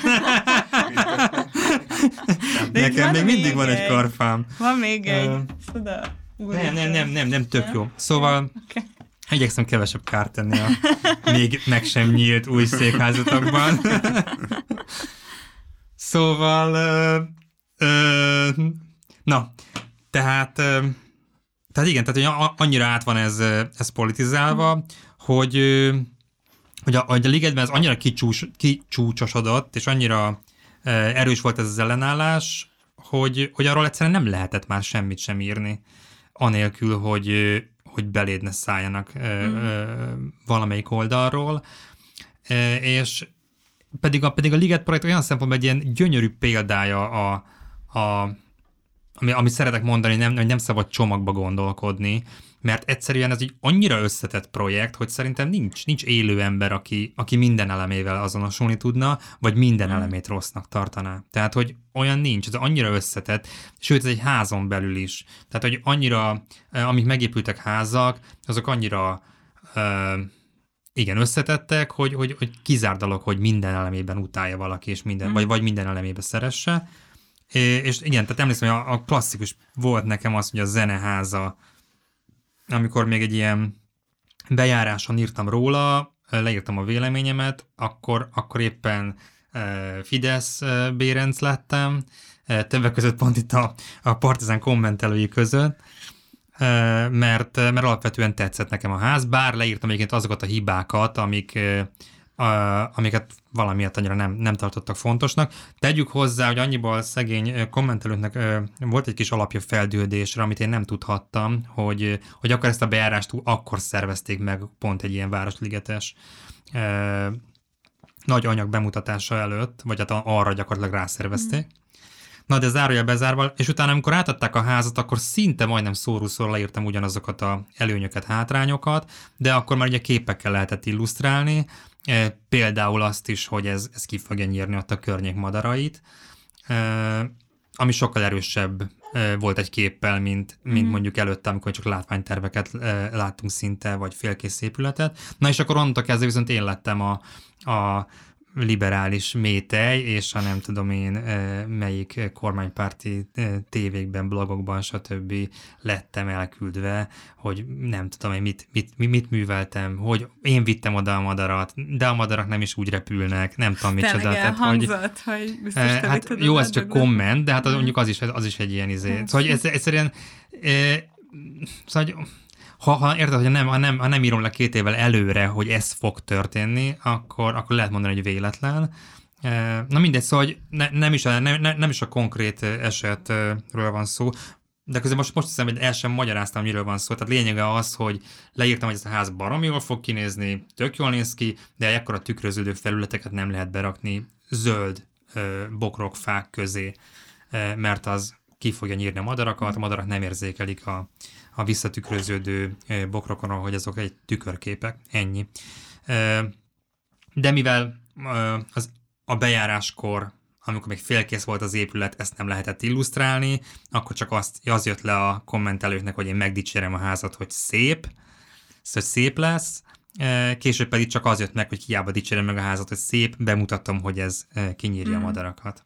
Nekem még mindig van egy karfám. Van még egy. Uh, nem, nem, nem, nem, nem, tök jó. Szóval okay. Igyekszem kevesebb kárt tenni a még meg sem nyílt új székházatokban. Szóval, ö, ö, na, tehát, ö, tehát igen, tehát hogy annyira át van ez, ez politizálva, hogy, ö, hogy, a, hogy a Ligetben ez annyira kicsús, kicsúcsosodott, és annyira ö, erős volt ez az ellenállás, hogy, hogy arról egyszerűen nem lehetett már semmit sem írni, anélkül, hogy hogy beléd ne szálljanak mm. ö, valamelyik oldalról, e, és pedig a, pedig a Liget projekt olyan szempontból egy ilyen gyönyörű példája, a, a, ami, amit szeretek mondani, nem, hogy nem szabad csomagba gondolkodni, mert egyszerűen ez egy annyira összetett projekt, hogy szerintem nincs, nincs élő ember, aki, aki minden elemével azonosulni tudna, vagy minden mm. elemét rossznak tartaná. Tehát, hogy olyan nincs, ez annyira összetett, sőt, ez egy házon belül is. Tehát, hogy annyira, amik megépültek házak, azok annyira uh, igen, összetettek, hogy, hogy, hogy kizárt dolog, hogy minden elemében utálja valaki, és minden, mm. vagy, vagy minden elemében szeresse. És, és igen, tehát emlékszem, hogy a, a klasszikus volt nekem az, hogy a zeneháza, amikor még egy ilyen bejáráson írtam róla, leírtam a véleményemet, akkor, akkor éppen uh, Fidesz uh, bérenc lettem, uh, többek között pont itt a, a Partizán kommentelői között, uh, mert, mert alapvetően tetszett nekem a ház, bár leírtam egyébként azokat a hibákat, amik, uh, uh, amiket valamiatt annyira nem, nem tartottak fontosnak. Tegyük hozzá, hogy annyiból szegény kommentelőknek uh, volt egy kis alapja feldühödésre, amit én nem tudhattam, hogy, hogy akkor ezt a bejárást akkor szervezték meg pont egy ilyen városligetes uh, nagy anyag bemutatása előtt, vagy hát arra gyakorlatilag rászervezték. Mm. Na, de zárójel bezárva, és utána, amikor átadták a házat, akkor szinte majdnem szó-szó leírtam ugyanazokat az előnyöket, hátrányokat, de akkor már ugye képekkel lehetett illusztrálni, e, például azt is, hogy ez, ez ki fogja nyírni ott a környék madarait, e, ami sokkal erősebb e, volt egy képpel, mint, mint mm-hmm. mondjuk előtte, amikor csak látványterveket e, láttunk szinte, vagy félkész épületet. Na és akkor onnantól kezdve viszont én lettem a, a liberális métej, és a nem tudom én melyik kormánypárti tévékben, blogokban, stb. Lettem elküldve, hogy nem tudom én mit, mit, mit műveltem, hogy én vittem oda a madarat, de a madarak nem is úgy repülnek, nem tudom micsoda. Tényleg elhangzott, hogy, hogy biztos te hát jó, ez csak komment, de hát az, mondjuk az is, az is egy ilyen izé. Szóval hogy ez, egyszerűen e, szóval, hogy Ha, ha érted, hogy nem, ha, nem, ha nem írom le két évvel előre, hogy ez fog történni, akkor, akkor lehet mondani, hogy véletlen. Na mindegy, szóval hogy ne, nem, is a, ne, nem is a konkrét esetről van szó, de közben most, most hiszem, hogy el sem magyaráztam, miről van szó. Tehát lényege az, hogy leírtam, hogy ez a ház baromi jól fog kinézni, tök jól néz ki, de ekkora tükröződő felületeket nem lehet berakni zöld bokrok, fák közé, mert az ki fogja nyírni a madarakat, a madarak nem érzékelik a a visszatükröződő bokrokon, hogy azok egy tükörképek, ennyi. De mivel az, a bejáráskor, amikor még félkész volt az épület, ezt nem lehetett illusztrálni, akkor csak azt, az jött le a kommentelőknek, hogy én megdicsérem a házat, hogy szép, hogy szép lesz, később pedig csak az jött meg, hogy hiába dicsérem meg a házat, hogy szép, bemutatom, hogy ez kinyírja mm. a madarakat.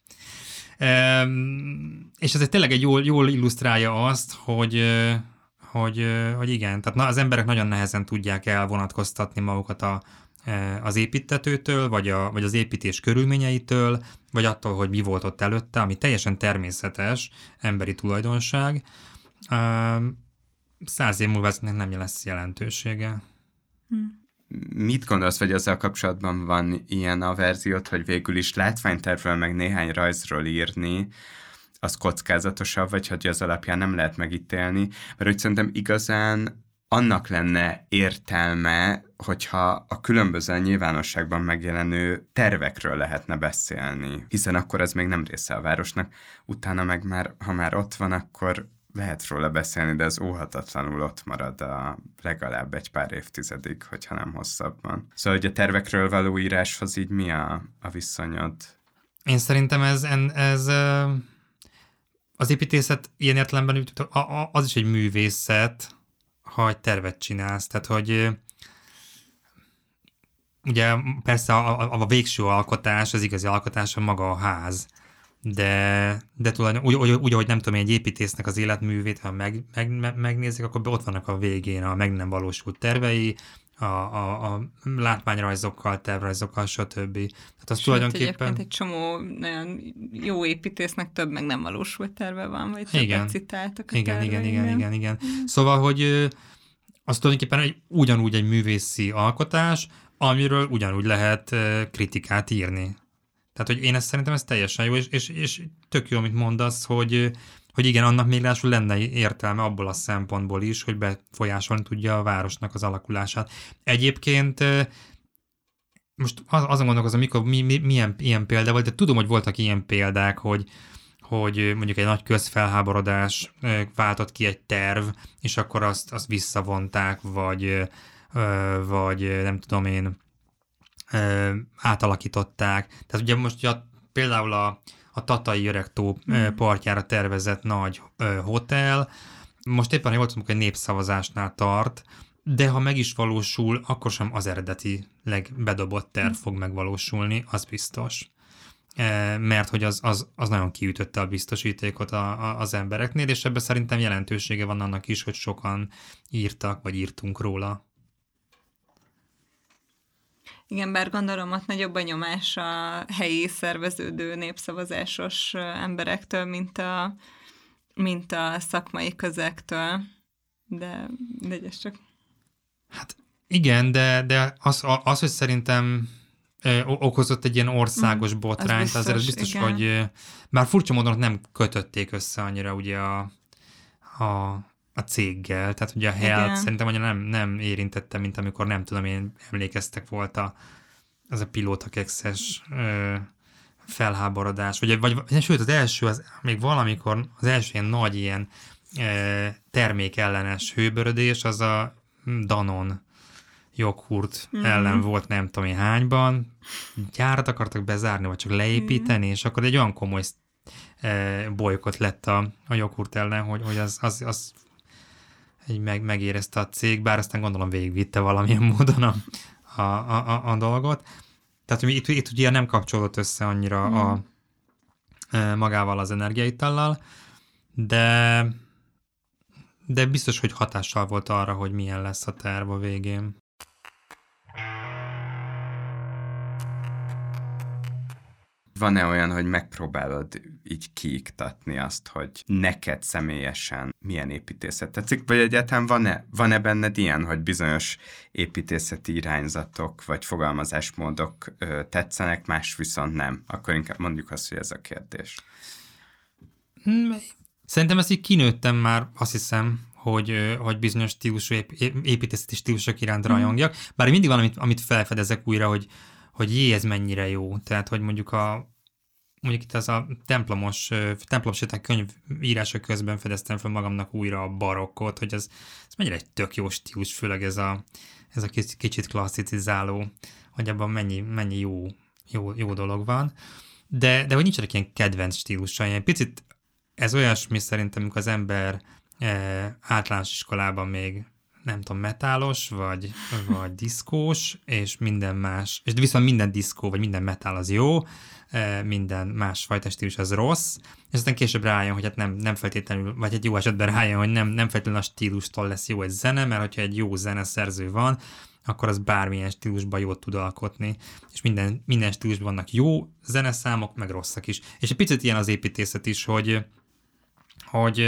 És ez tényleg egy jól, jól illusztrálja azt, hogy Hogy, hogy igen, tehát na, az emberek nagyon nehezen tudják elvonatkoztatni magukat a, az építtetőtől, vagy, a, vagy az építés körülményeitől, vagy attól, hogy mi volt ott előtte, ami teljesen természetes emberi tulajdonság. Száz év múlva eznek nem lesz jelentősége. Mit gondolsz, vagy ezzel kapcsolatban van ilyen a verziót, hogy végül is látványtervről meg néhány rajzról írni, az kockázatosabb, vagy hogy az alapján nem lehet megítélni, mert úgy szerintem igazán annak lenne értelme, hogyha a különböző nyilvánosságban megjelenő tervekről lehetne beszélni, hiszen akkor ez még nem része a városnak, utána meg már, ha már ott van, akkor lehet róla beszélni, de ez óhatatlanul ott marad a legalább egy pár évtizedig, hogyha nem hosszabban. Szóval, hogy a tervekről való íráshoz így mi a, a viszonyod? Én szerintem ez... ez az építészet ilyen értelemben az is egy művészet, ha egy tervet csinálsz. Tehát, hogy ugye persze a, a, a végső alkotás, az igazi alkotás a maga a ház, de, de tulajdonképpen úgy, úgy, ahogy nem tudom, egy építésznek az életművét, ha meg, meg, megnézik, akkor ott vannak a végén a meg nem valósult tervei, a, a, a látványrajzokkal, tervrajzokkal, stb. Tehát az sőt, tulajdonképpen... egyébként egy csomó nagyon jó építésznek több meg nem valósult terve van, vagy többet citáltak a igen, igen, igen, igen, igen. Szóval, hogy az tulajdonképpen egy, ugyanúgy egy művészi alkotás, amiről ugyanúgy lehet kritikát írni. Tehát, hogy én ezt szerintem ez teljesen jó, és, és, és tök jó, amit mondasz, hogy hogy igen, annak még lásul lenne értelme abból a szempontból is, hogy befolyásolni tudja a városnak az alakulását. Egyébként most azon gondolkozom, mikor, mi, mi, milyen ilyen példa volt, de tudom, hogy voltak ilyen példák, hogy, hogy mondjuk egy nagy közfelháborodás váltott ki egy terv, és akkor azt, azt visszavonták, vagy, vagy nem tudom én, átalakították. Tehát ugye most ugye, például a a Tatai Öregtó hmm. partjára tervezett nagy ö, hotel. Most éppen, ha jól tudom, egy népszavazásnál tart, de ha meg is valósul, akkor sem az eredetileg bedobott terv hmm. fog megvalósulni, az biztos. E, mert hogy az, az, az nagyon kiütötte a biztosítékot a, a, az embereknél, és ebben szerintem jelentősége van annak is, hogy sokan írtak, vagy írtunk róla. Igen, bár gondolom, ott nagyobb a nyomás a helyi szerveződő népszavazásos emberektől, mint a, mint a szakmai közektől, de, de ez csak... Hát igen, de, de az, az, hogy szerintem okozott egy ilyen országos mm, botrányt, az biztos, azért biztos, igen. hogy bár furcsa módon nem kötötték össze annyira ugye a, a, a céggel, tehát ugye a Helt szerintem ugye nem, nem érintette, mint amikor nem tudom én emlékeztek volt a, az a pilótakexes felháborodás, vagy, vagy sőt az első, az, még valamikor az első ilyen nagy ilyen e, termékellenes hőbörödés, az a Danon joghurt mm-hmm. ellen volt nem tudom én hányban, gyárat akartak bezárni, vagy csak leépíteni, mm-hmm. és akkor egy olyan komoly e, bolykot lett a, a joghurt ellen, hogy, hogy az, az, az egy meg, megérezte a cég, bár aztán gondolom végigvitte valamilyen módon a, a, a, a dolgot. Tehát itt, itt ugye nem kapcsolódott össze annyira mm. a, a magával az energiaitallal, de, de biztos, hogy hatással volt arra, hogy milyen lesz a terv a végén. Van-e olyan, hogy megpróbálod így kiiktatni azt, hogy neked személyesen milyen építészet tetszik, vagy egyáltalán van-e, van-e benned ilyen, hogy bizonyos építészeti irányzatok vagy fogalmazásmódok ö, tetszenek, más viszont nem? Akkor inkább mondjuk azt, hogy ez a kérdés. Szerintem ezt így kinőttem már, azt hiszem, hogy, hogy bizonyos stílusú építészeti stílusok iránt rajongjak. Bár mindig van, amit, amit felfedezek újra, hogy, hogy jé, ez mennyire jó. Tehát, hogy mondjuk a mondjuk itt az a templomos, templomséták könyv írása közben fedeztem fel magamnak újra a barokkot, hogy ez, ez mennyire egy tök jó stílus, főleg ez a, ez a kicsit klasszicizáló, hogy abban mennyi, mennyi jó, jó, jó dolog van. De, de hogy nincsenek ilyen kedvenc stílusai. Egy picit ez olyasmi szerintem, amikor az ember e, általános iskolában még nem tudom, metálos, vagy, vagy diszkós, és minden más, és viszont minden diszkó, vagy minden metál az jó, minden másfajta stílus az rossz, és aztán később rájön, hogy hát nem, nem feltétlenül, vagy egy jó esetben rájön, hogy nem, nem feltétlenül a stílustól lesz jó egy zene, mert hogyha egy jó zeneszerző van, akkor az bármilyen stílusban jót tud alkotni, és minden, minden stílusban vannak jó zeneszámok, meg rosszak is. És egy picit ilyen az építészet is, hogy, hogy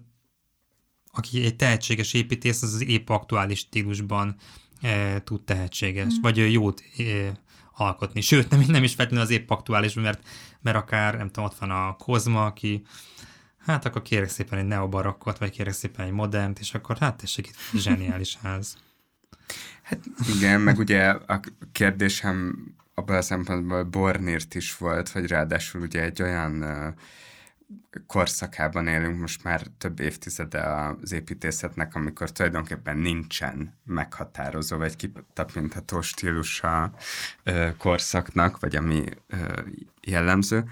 aki egy tehetséges építész, az az épp aktuális stílusban e, tud tehetséges, mm. vagy jót e, alkotni. Sőt, nem, nem is feltétlenül az épp aktuális, mert, mert akár, nem tudom, ott van a Kozma, aki hát akkor kérek szépen egy neobarokkot, vagy kérek szépen egy modernt, és akkor hát tessék, itt zseniális ház. Hát igen, meg ugye a kérdésem abban a szempontból Bornírt is volt, hogy ráadásul ugye egy olyan uh, korszakában élünk most már több évtizede az építészetnek, amikor tulajdonképpen nincsen meghatározó vagy kitapintható stílusa uh, korszaknak, vagy ami uh, jellemző.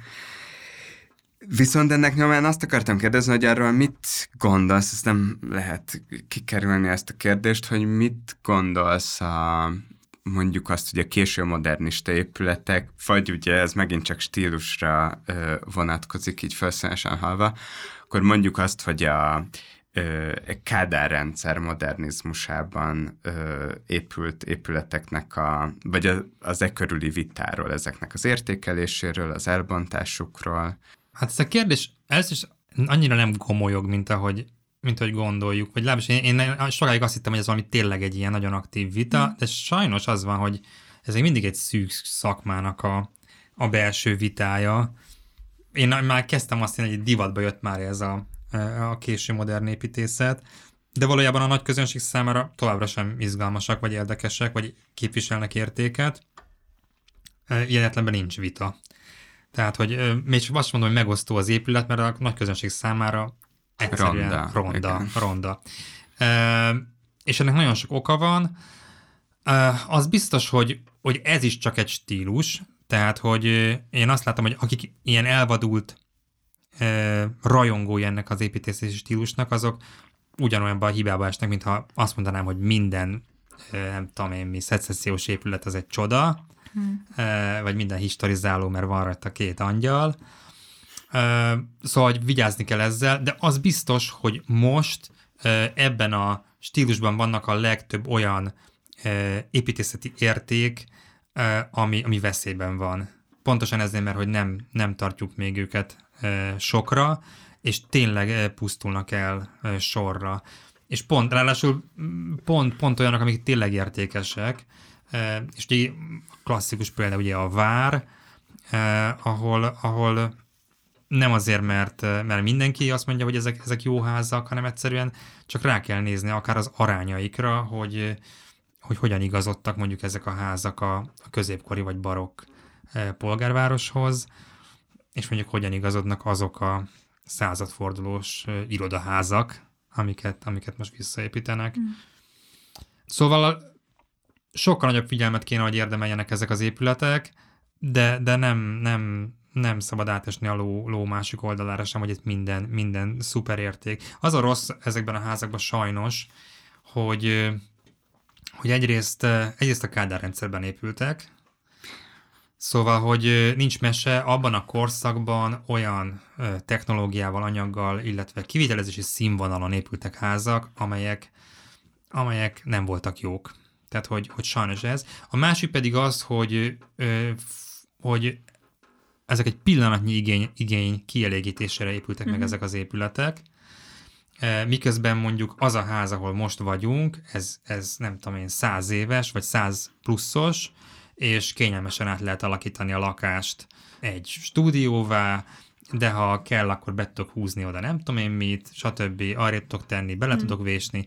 Viszont ennek nyomán azt akartam kérdezni, hogy arról mit gondolsz, ezt nem lehet kikerülni ezt a kérdést, hogy mit gondolsz a, mondjuk azt, hogy a késő modernista épületek, vagy ugye ez megint csak stílusra ö, vonatkozik, így felszínesen halva, akkor mondjuk azt, hogy a ö, Kádár rendszer modernizmusában ö, épült épületeknek, a, vagy a, az e körüli vitáról, ezeknek az értékeléséről, az elbontásukról. Hát ez a kérdés, ez is annyira nem gomolyog, mint ahogy, mint ahogy gondoljuk, vagy legalábbis én, én sokáig azt hittem, hogy ez valami tényleg egy ilyen nagyon aktív vita, mm. de sajnos az van, hogy ez még mindig egy szűk szakmának a, a belső vitája. Én már kezdtem azt hinni, hogy divatba jött már ez a, a késő modern építészet, de valójában a nagy közönség számára továbbra sem izgalmasak, vagy érdekesek, vagy képviselnek értéket. Ilyen értelemben nincs vita. Tehát, hogy még csak azt mondom, hogy megosztó az épület, mert a nagy közönség számára egyszerűen ronda. ronda, ronda. E, és ennek nagyon sok oka van. E, az biztos, hogy, hogy ez is csak egy stílus, tehát, hogy én azt látom, hogy akik ilyen elvadult e, rajongói ennek az építészeti stílusnak, azok ugyanolyanban a hibába esnek, mintha azt mondanám, hogy minden, e, nem tudom én mi, szecessziós épület az egy csoda, Hmm. vagy minden historizáló, mert van rajta két angyal. Szóval, hogy vigyázni kell ezzel, de az biztos, hogy most ebben a stílusban vannak a legtöbb olyan építészeti érték, ami, ami veszélyben van. Pontosan ezért, mert hogy nem, nem tartjuk még őket sokra, és tényleg pusztulnak el sorra. És pont, ráadásul pont, pont olyanok, amik tényleg értékesek, Uh, és ugye klasszikus példa ugye a Vár, uh, ahol, ahol nem azért, mert, mert mindenki azt mondja, hogy ezek, ezek jó házak, hanem egyszerűen csak rá kell nézni akár az arányaikra, hogy, hogy hogyan igazodtak mondjuk ezek a házak a, a középkori vagy barokk uh, polgárvároshoz, és mondjuk hogyan igazodnak azok a századfordulós uh, irodaházak, amiket, amiket most visszaépítenek. Mm. Szóval sokkal nagyobb figyelmet kéne, hogy érdemeljenek ezek az épületek, de, de nem, nem, nem szabad átesni a ló, ló másik oldalára sem, hogy itt minden, minden szuper érték. Az a rossz ezekben a házakban sajnos, hogy, hogy egyrészt, egyrészt a Kádár rendszerben épültek, Szóval, hogy nincs mese, abban a korszakban olyan technológiával, anyaggal, illetve kivitelezési színvonalon épültek házak, amelyek, amelyek nem voltak jók. Tehát, hogy, hogy sajnos ez. A másik pedig az, hogy, hogy ezek egy pillanatnyi igény, igény kielégítésére épültek mm-hmm. meg ezek az épületek, miközben mondjuk az a ház, ahol most vagyunk, ez, ez nem tudom én, száz éves, vagy száz pluszos, és kényelmesen át lehet alakítani a lakást egy stúdióvá, de ha kell, akkor be tudok húzni oda nem tudom én mit, stb. Arra tudok tenni, bele mm. tudok vésni.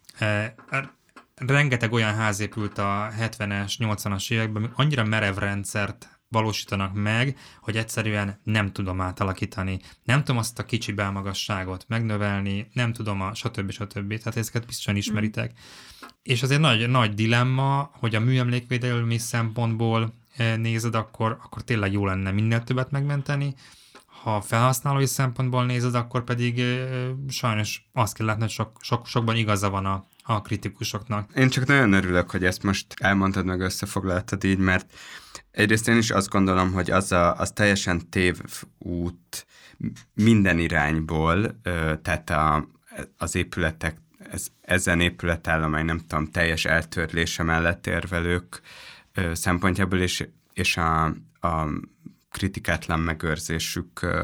Rengeteg olyan ház épült a hetvenes, nyolcvanas években, amik annyira merev rendszert valósítanak meg, hogy egyszerűen nem tudom átalakítani, nem tudom azt a kicsi belmagasságot megnövelni, nem tudom a stb. stb. Tehát ezeket biztosan ismeritek. Mm. És az egy nagy, nagy dilemma, hogy a műemlékvédelmi szempontból nézed, akkor, akkor tényleg jó lenne minél többet megmenteni, ha felhasználói szempontból nézed, akkor pedig e, sajnos azt kell látni, hogy sok, sok, sokban igaza van a, a kritikusoknak. Én csak nagyon örülök, hogy ezt most elmondtad, meg összefoglaltad így, mert egyrészt én is azt gondolom, hogy az, a, az teljesen tévút minden irányból, tehát a, az épületek, ez, ezen épületállomány, nem tudom, teljes eltörlése mellett érvelők szempontjából, és, és a, a kritikátlan megőrzésük ö,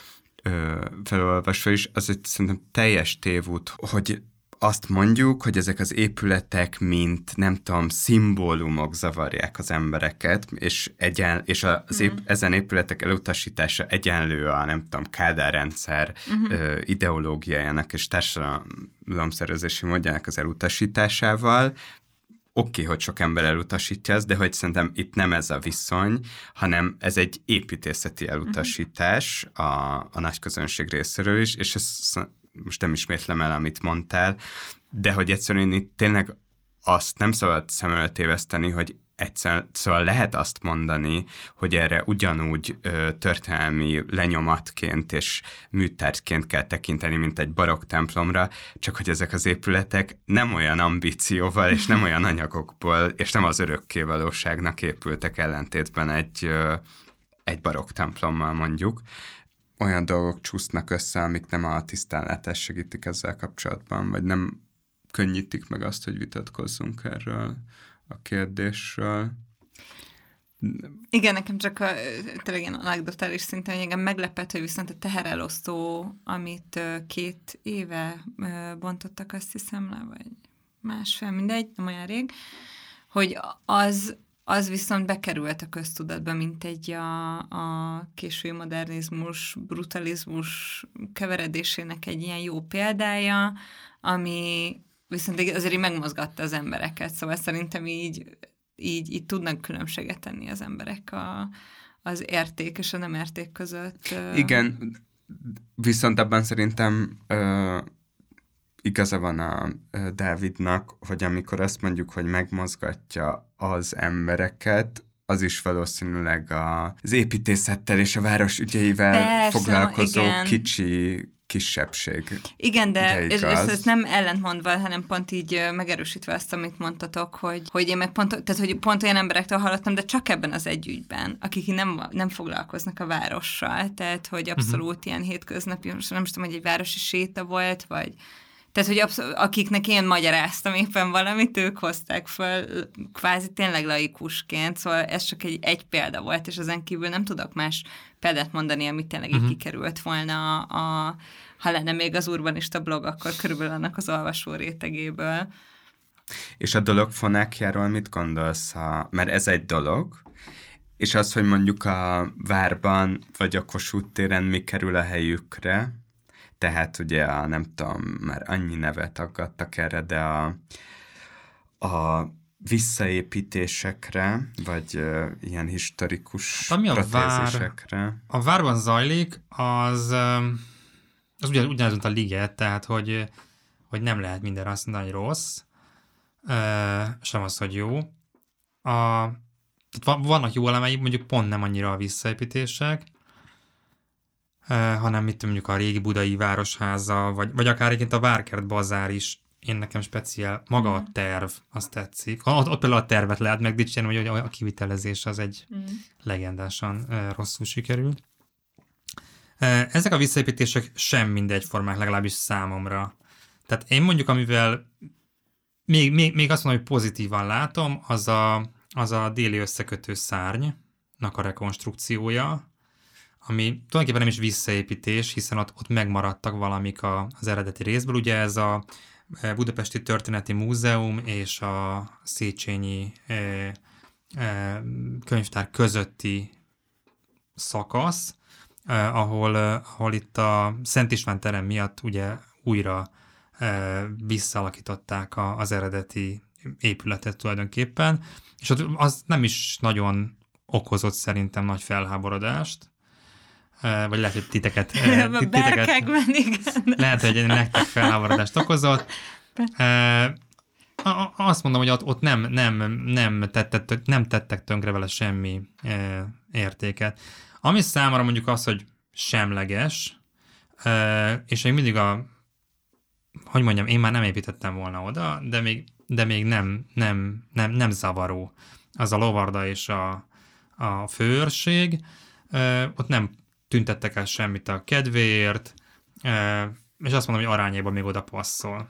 ö, felolvasva is, az egy szerintem teljes tévút, hogy azt mondjuk, hogy ezek az épületek, mint nem tudom, szimbólumok zavarják az embereket, és, egyen, és az ép, mm. ezen épületek elutasítása egyenlő a nem tudom, Kádár rendszer mm-hmm. ö, ideológiájának és társadalomszervezési módjának az elutasításával. Oké, okay, hogy sok ember elutasítja ezt, de hogy szerintem itt nem ez a viszony, hanem ez egy építészeti elutasítás a, a nagy közönség részéről is, és ezt most nem ismétlem el, amit mondtál, de hogy egyszerűen itt tényleg azt nem szabad szem előtt téveszteni, hogy egyszer, szóval lehet azt mondani, hogy erre ugyanúgy ö, történelmi lenyomatként és műtárgyként kell tekinteni, mint egy barokk templomra, csak hogy ezek az épületek nem olyan ambícióval, és nem olyan anyagokból, és nem az örökkévalóságnak épültek ellentétben egy, ö, egy barokk templommal mondjuk. Olyan dolgok csúsznak össze, amik nem a tisztánlátást segítik ezzel kapcsolatban, vagy nem könnyítik meg azt, hogy vitatkozzunk erről a kérdésről. Igen, nekem csak a, tényleg ilyen anekdotális szinten, hogy engem meglepett, hogy viszont a teherelosztó, amit két éve bontottak, azt hiszem le, vagy másfél, mindegy, nem olyan rég, hogy az, az viszont bekerült a köztudatba, mint egy a, a késői modernizmus, brutalizmus keveredésének egy ilyen jó példája, ami viszont azért így megmozgatta az embereket, szóval szerintem így, így, így tudnak különbséget tenni az emberek a, az érték és a nem érték között. Igen, viszont abban szerintem ö, igaza van a ö, Dávidnak, hogy amikor azt mondjuk, hogy megmozgatja az embereket, az is valószínűleg a, az építészettel és a város ügyeivel Persze, foglalkozó igen. kicsi kisebbség. Igen, de és, és ez nem ellentmondva, hanem pont így megerősítve azt, amit mondtatok, hogy, hogy én meg pont, tehát, hogy pont olyan emberektől hallottam, de csak ebben az egy ügyben, akik nem, nem foglalkoznak a várossal, tehát, hogy abszolút uh-huh. ilyen hétköznapi, most nem tudom, hogy egy városi séta volt, vagy tehát, hogy abszol- akiknek én magyaráztam éppen valamit, ők hozták föl kvázi tényleg laikusként, szóval ez csak egy, egy példa volt, és ezen kívül nem tudok más példát mondani, amit tényleg uh-huh. így kikerült volna, a, a, ha lenne még az urbanista blog, akkor körülbelül annak az olvasó rétegéből. És a dolog fonákjáról mit gondolsz? Ha, mert ez egy dolog, és az, hogy mondjuk a várban, vagy a Kossuth téren mi kerül a helyükre, tehát ugye a, nem tudom, már annyi nevet aggattak erre, de a, a visszaépítésekre, vagy uh, ilyen historikus ami protézisekre. A, vár, a várban zajlik, az, az ugyan, ugyanaz, mint a liget, tehát hogy, hogy nem lehet mindenre azt mondani, hogy rossz, sem az, hogy jó. A, vannak jó elemei, mondjuk pont nem annyira a visszaépítések, Uh, hanem mit mondjuk a régi budai városháza, vagy, vagy akár egyébként a Várkert bazár is én nekem speciál, maga a terv, azt tetszik. Ott, ott például a tervet lehet megdicsérni, hogy a kivitelezés az egy mm. legendásan uh, rosszul sikerült. Uh, ezek a visszaépítések sem mindegyformák, legalábbis számomra. Tehát én mondjuk, amivel még, még, még azt mondom, hogy pozitívan látom, az a, az a déli összekötő szárnynak a rekonstrukciója, ami tulajdonképpen nem is visszaépítés, hiszen ott, ott megmaradtak valamik a, az eredeti részből. Ugye ez a Budapesti Történeti Múzeum és a Széchenyi eh, eh, könyvtár közötti szakasz, eh, ahol, eh, ahol itt a Szent István terem miatt ugye újra eh, visszaalakították a, az eredeti épületet tulajdonképpen, és ott az nem is nagyon okozott szerintem nagy felháborodást, vagy lehet, hogy titeket... A berkekben, igen. Lehet, hogy nektek felháborodást okozott. Azt mondom, hogy ott nem, nem, nem, tettek, nem tettek tönkre vele semmi értéket. Ami számomra mondjuk az, hogy semleges, és még mindig a... Hogy mondjam, én már nem építettem volna oda, de még, de még nem, nem, nem, nem zavaró. Az a lovarda és a, a főőrség. Ott nem tüntettek el semmit a kedvéért, és azt mondom, hogy arányában még oda passzol.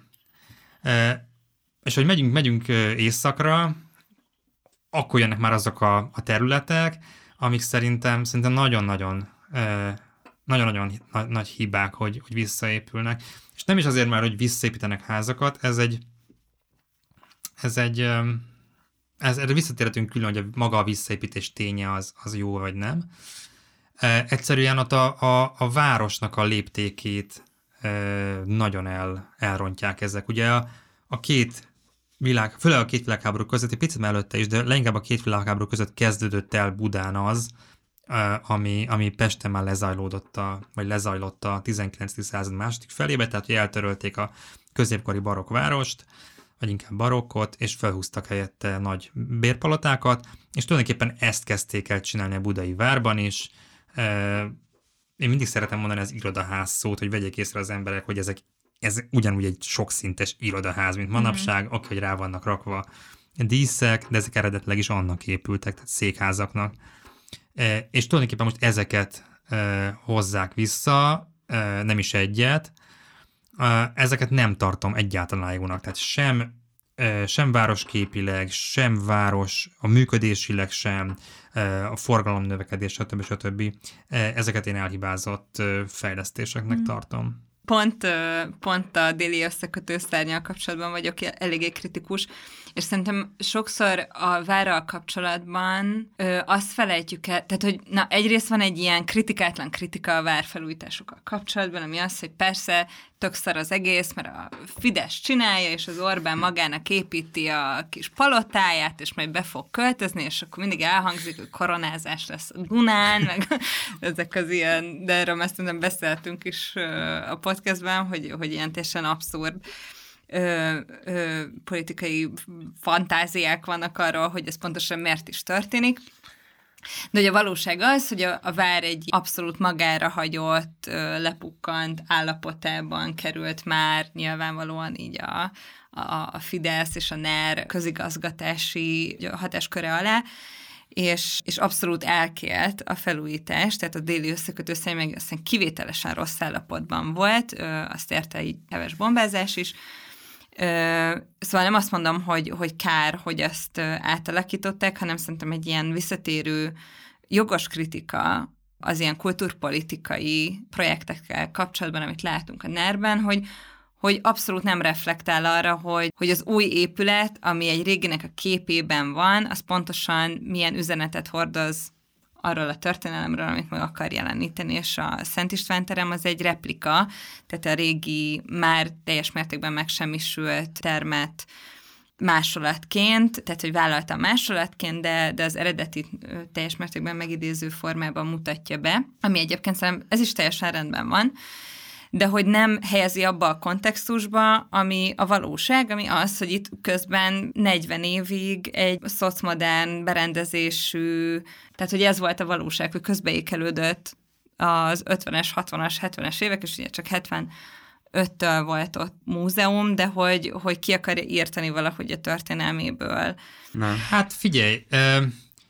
És hogy megyünk, megyünk északra, akkor jönnek már azok a, a területek, amik szerintem, szerintem nagyon-nagyon nagyon-nagyon nagy hibák, hogy, hogy visszaépülnek. És nem is azért már, hogy visszaépítenek házakat, ez egy ez egy ez, erre visszatérhetünk külön, hogy a maga a visszaépítés ténye az, az jó vagy nem. E, egyszerűen ott a, a, a városnak a léptékét e, nagyon el, elrontják ezek. Ugye a, a két világ, főleg a két világháború között, egy picit előtte is, de leginkább a két világháború között kezdődött el Budán az, e, ami, ami Pesten már lezajlódott a, vagy lezajlott a tizenkilencedik század második felébe, tehát hogy eltörölték a középkori barokk várost, vagy inkább barokkot, és felhúztak helyette nagy bérpalotákat, és tulajdonképpen ezt kezdték el csinálni a budai várban is. Én mindig szeretem mondani az irodaház szót, hogy vegyék észre az emberek, hogy ezek, ez ugyanúgy egy sokszintes irodaház, mint manapság, mm-hmm. oké, hogy rá vannak rakva díszek, de ezek eredetileg is annak épültek, tehát székházaknak. És tulajdonképpen most ezeket hozzák vissza, nem is egyet. Ezeket nem tartom egyáltalán jónak, tehát sem, sem városképileg, sem város, a működésileg sem, a forgalom növekedés, stb. stb. Ezeket én elhibázott fejlesztéseknek tartom. Pont, pont a déli összekötő szárnnyal kapcsolatban vagyok eléggé kritikus, és szerintem sokszor a várral kapcsolatban ö, azt felejtjük el, tehát hogy na, egyrészt van egy ilyen kritikátlan kritika a várfelújításokkal kapcsolatban, ami az, hogy persze tök szar az egész, mert a Fidesz csinálja, és az Orbán magának építi a kis palotáját, és majd be fog költözni, és akkor mindig elhangzik, hogy koronázás lesz a Dunán, meg ezek az ilyen, de erről már szerintem beszéltünk is a podcastban, hogy, hogy ilyen teljesen abszurd Ö, ö, politikai fantáziák vannak arról, hogy ez pontosan miért is történik. De ugye a valóság az, hogy a, a vár egy abszolút magára hagyott, ö, lepukkant állapotában került már nyilvánvalóan így a, a, a Fidesz és a NER közigazgatási hatásköre alá, és, és abszolút elkélt a felújítás, tehát a déli összekötőszárny meg aztán kivételesen rossz állapotban volt, ö, azt érte így heves bombázás is. Ö, szóval nem azt mondom, hogy, hogy kár, hogy ezt átalakították, hanem szerintem egy ilyen visszatérő jogos kritika az ilyen kulturpolitikai projektekkel kapcsolatban, amit látunk a NER-ben, hogy, hogy abszolút nem reflektál arra, hogy, hogy az új épület, ami egy réginek a képében van, az pontosan milyen üzenetet hordoz arról a történelemről, amit meg akar jeleníteni, és a Szent István terem az egy replika, tehát a régi, már teljes mértékben megsemmisült termet másolatként, tehát hogy vállalta másolatként, de, de az eredeti teljes mértékben megidéző formában mutatja be, ami egyébként szerintem ez is teljesen rendben van, de hogy nem helyezi abba a kontextusba, ami a valóság, ami az, hogy itt közben negyven évig egy szocmodern berendezésű, tehát hogy ez volt a valóság, hogy közbeékelődött az ötvenes, hatvanas, hetvenes évek, és ugye csak hetvenöt öttől volt ott múzeum, de hogy, hogy ki akarja írtani valahogy a történelméből. Nem. Hát figyelj, ö,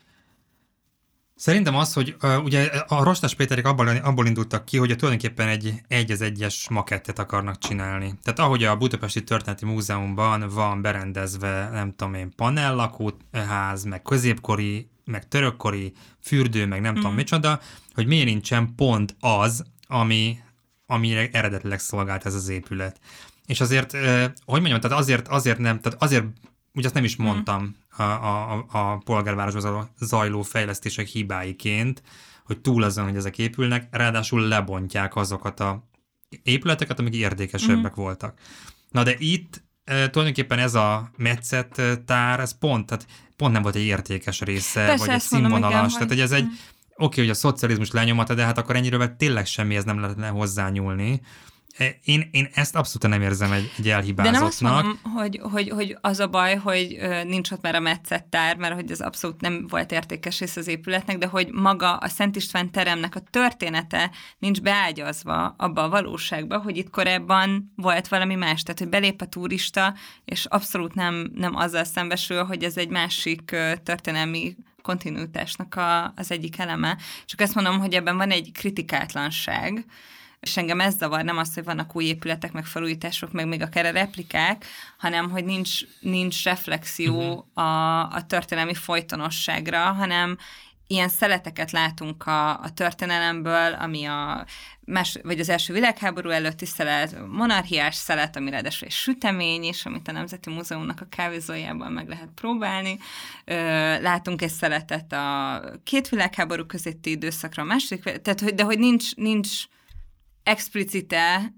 szerintem az, hogy ö, ugye a Rostás Péterék abból, abból indultak ki, hogy tulajdonképpen egy egy az egyes makettet akarnak csinálni. Tehát ahogy a Budapesti Történeti Múzeumban van berendezve, nem tudom én, panellakóház, meg középkori, meg törökkori fürdő, meg nem mm. tudom micsoda, hogy miért nincsen pont az, ami, amire eredetileg szolgált ez az épület. És azért, eh, hogy mondjam, tehát azért, azért nem, tehát azért, ugye azt nem is mondtam mm. a, a, a polgárvárosban zajló fejlesztések hibáiként, hogy túl azon, hogy ezek épülnek, ráadásul lebontják azokat a épületeket, amik érdékesebbek mm. voltak. Na de itt eh, tulajdonképpen ez a metszettár, ez pont, tehát pont nem volt egy értékes része, persze, vagy egy színvonalas, mondom, igen, tehát hogy ez egy, oké, okay, hogy a szocializmus lenyomata, de hát akkor ennyire tényleg semmihez nem lehetne hozzányúlni. Én, én ezt abszolút nem érzem egy, egy elhibázottnak. De nem azt mondom, hogy, hogy, hogy az a baj, hogy nincs ott már a metszettár, mert hogy ez abszolút nem volt értékes rész az épületnek, de hogy maga a Szent István teremnek a története nincs beágyazva abba a valóságba, hogy itt korábban volt valami más. Tehát, hogy belép a turista, és abszolút nem, nem azzal szembesül, hogy ez egy másik történelmi kontinuitásnak a, az egyik eleme. Csak azt mondom, hogy ebben van egy kritikátlanság, és engem ez zavar, nem az, hogy vannak új épületek, meg felújítások, meg még akár a replikák, hanem, hogy nincs, nincs reflexió uh-huh. a, a történelmi folytonosságra, hanem ilyen szeleteket látunk a, a történelemből, ami a más, vagy az első világháború előtti szelet, monarchiás szelet, ami ráadásul egy sütemény is, amit a Nemzeti Múzeumnak a kávézójában meg lehet próbálni. Látunk egy szeletet a két világháború közötti időszakra, a második, tehát, hogy, de hogy nincs, nincs explicite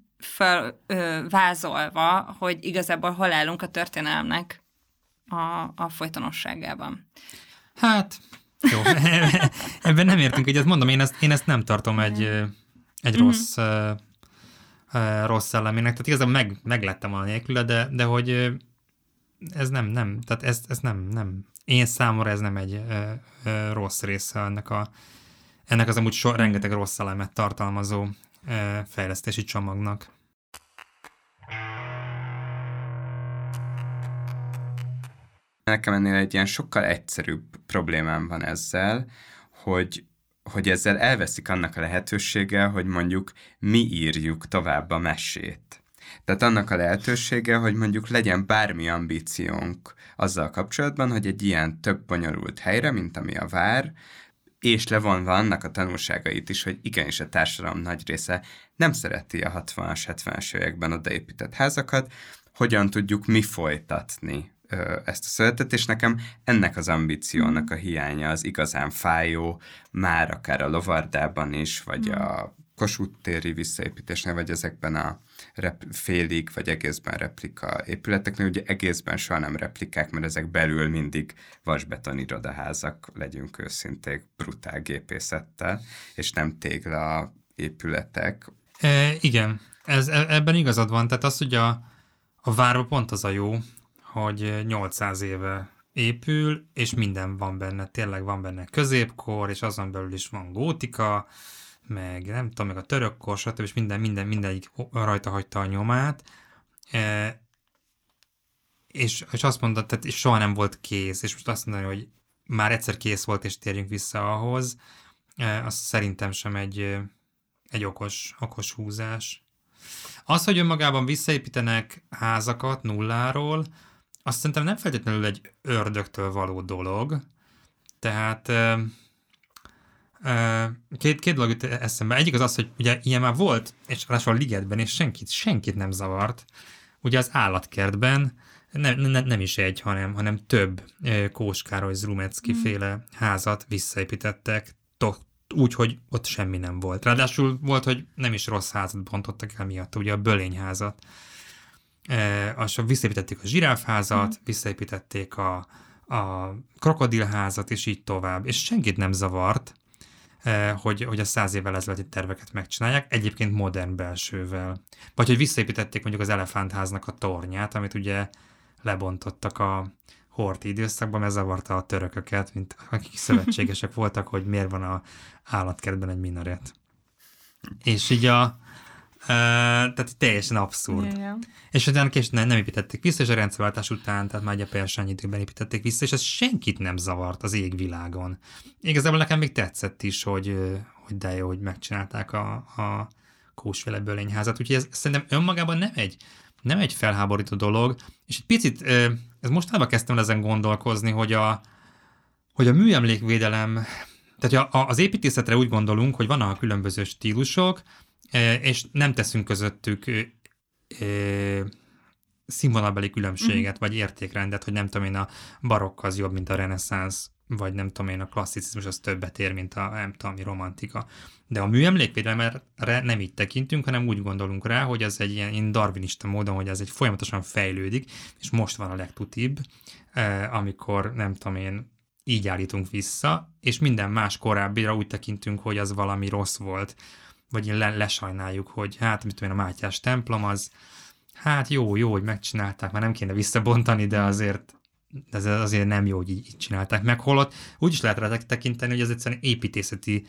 felvázolva, hogy igazából hol állunk a történelemnek a, a folytonosságában. Hát, jó, ebben nem értünk, hogy ezt mondom, én ezt, én ezt nem tartom egy, egy mm-hmm. rossz, uh, uh, rossz szellemének, tehát igazából meg, meglettem a nélküle, de, de hogy ez nem, nem, tehát ez, ez nem, nem, én számomra ez nem egy uh, uh, rossz része ennek a, ennek az amúgy so, rengeteg rossz elemet tartalmazó fejlesztési csomagnak. Nekem ennél egy ilyen sokkal egyszerűbb problémám van ezzel, hogy, hogy ezzel elveszik annak a lehetősége, hogy mondjuk mi írjuk tovább a mesét. Tehát annak a lehetősége, hogy mondjuk legyen bármi ambíciónk azzal kapcsolatban, hogy egy ilyen több bonyolult helyre, mint ami a vár, és levonva annak a tanulságait is, hogy igenis a társadalom nagy része nem szereti a hatvanas, hetvenes években odaépített házakat, hogyan tudjuk mi folytatni ö, ezt a szövetet, és nekem ennek az ambíciónak a hiánya az igazán fájó, már akár a Lovardában is, vagy a Kossuth téri visszaépítésnél, vagy ezekben a rep- félig, vagy egészben replika épületeknél, ugye egészben soha nem replikák, mert ezek belül mindig vasbeton irodaházak, legyünk őszinték, brutál gépészettel, és nem tégla épületek. E, igen, ez, ebben igazad van, tehát az, hogy a, a várban pont az a jó, hogy nyolcszáz éve épül, és minden van benne, tényleg van benne középkor, és azon belül is van gótika, meg nem tudom, meg a törökkor, stb. És minden, minden, mindegyik rajta hagyta a nyomát, e, és, és azt mondod, tehát és soha nem volt kész, és most azt mondani, hogy már egyszer kész volt, és térjünk vissza ahhoz, e, az szerintem sem egy, egy okos, okos húzás. Az, hogy önmagában visszaépítenek házakat nulláról, azt szerintem nem feltétlenül egy ördögtől való dolog, tehát e, Két, két dolog jut eszembe. Egyik az az, hogy ugye ilyen már volt, és ráadásul a ligetben, és senkit, senkit nem zavart. Ugye az állatkertben nem, nem, nem is egy, hanem, hanem több Kós Károly Zrumecki mm. féle házat visszaépítettek, úgy, hogy ott semmi nem volt. Ráadásul volt, hogy nem is rossz házat bontottak el miatt, ugye a Bölényházat. Azt visszaépítették a Zsiráfházat, mm. visszaépítették a, a Krokodilházat, és így tovább. És senkit nem zavart, hogy, hogy a száz évvel ezelőtti terveket megcsinálják, egyébként modern belsővel. Vagy hogy visszaépítették mondjuk az Elefántháznak a tornyát, amit ugye lebontottak a Horthy időszakban, mert zavarta a törököket, mint akik szövetségesek voltak, hogy miért van a állatkertben egy minaret. És így a, tehát teljesen abszurd. Ja, ja. És utána később nem, nem építették vissza, és a rendszerváltás után, tehát már a persányi időben építették vissza, és ez senkit nem zavart az égvilágon. Igazából nekem még tetszett is, hogy, hogy de jó, hogy megcsinálták a, a Kósféle bölényházat, úgyhogy ez szerintem önmagában nem egy, nem egy felháborító dolog, és egy picit, ez mostanában kezdtem ezen gondolkozni, hogy a, hogy a műemlékvédelem, tehát az építészetre úgy gondolunk, hogy vannak a különböző stílusok, és nem teszünk közöttük színvonalbeli különbséget, mm. vagy értékrendet, hogy nem tudom én, a barokk az jobb, mint a reneszánsz, vagy nem tudom én, a klasszicizmus az többet ér, mint a nem tudom, romantika. De a műemlékvédelemre nem így tekintünk, hanem úgy gondolunk rá, hogy ez egy ilyen darwinista módon, hogy ez egy folyamatosan fejlődik, és most van a legtutibb, amikor nem tudom én, így állítunk vissza, és minden más korábbira úgy tekintünk, hogy az valami rossz volt, vagy le, lesajnáljuk, hogy hát, mit tudom én, a Mátyás templom az, hát jó, jó, hogy megcsinálták, már nem kéne visszabontani, de azért, ez azért nem jó, hogy így, így csinálták meg, holott úgy is lehet rá tekinteni, hogy ez egyszerűen építészeti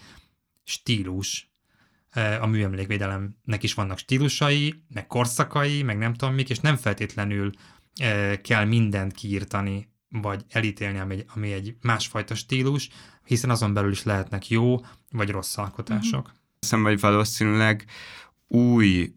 stílus. A műemlékvédelemnek is vannak stílusai, meg korszakai, meg nem tudom mik, és nem feltétlenül kell mindent kiírtani, vagy elítélni, ami egy, ami egy másfajta stílus, hiszen azon belül is lehetnek jó, vagy rossz alkotások. Mm-hmm. Hiszem, hogy valószínűleg új,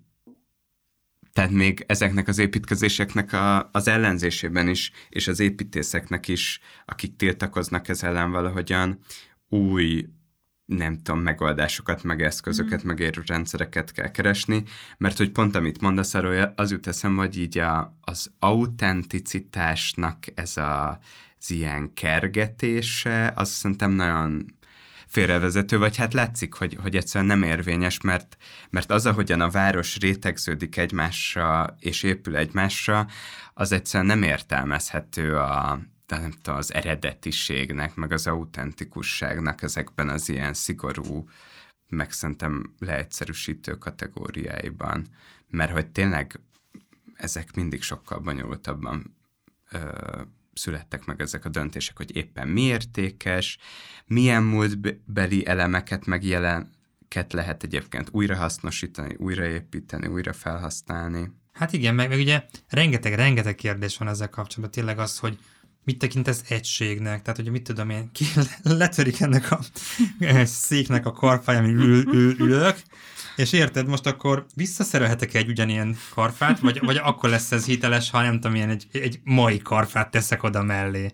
tehát még ezeknek az építkezéseknek a, az ellenzésében is, és az építészeknek is, akik tiltakoznak ez ellen valahogyan, új, nem tudom, megoldásokat, meg eszközöket, mm. meg érrendszereket kell keresni, mert hogy pont amit mondasz, arról az jut eszem, hogy így a, az autenticitásnak ez a, az ilyen kergetése, az szerintem nagyon félrevezető, vagy hát látszik, hogy, hogy egyszerűen nem érvényes, mert, mert az, ahogyan a város rétegződik egymásra, és épül egymásra, az egyszerűen nem értelmezhető a, nem tudom, az eredetiségnek, meg az autentikusságnak ezekben az ilyen szigorú, meg szerintem leegyszerűsítő kategóriáiban. Mert hogy tényleg ezek mindig sokkal bonyolultabban ö, születtek meg ezek a döntések, hogy éppen mi értékes, milyen múltbeli elemeket meg jelenket lehet egyébként újrahasznosítani, újraépíteni, újra felhasználni. Hát igen, meg, meg ugye rengeteg, rengeteg kérdés van ezzel kapcsolatban. Tényleg az, hogy mit tekintesz egységnek? Tehát, hogy mit tudom én, ki letörik ennek a széknek a karfája, amin ül, ül, ülök, és érted, most akkor visszaszerelhetek egy ugyanilyen karfát, vagy, vagy akkor lesz ez hiteles, ha nem tudom, ilyen egy, egy mai karfát teszek oda mellé.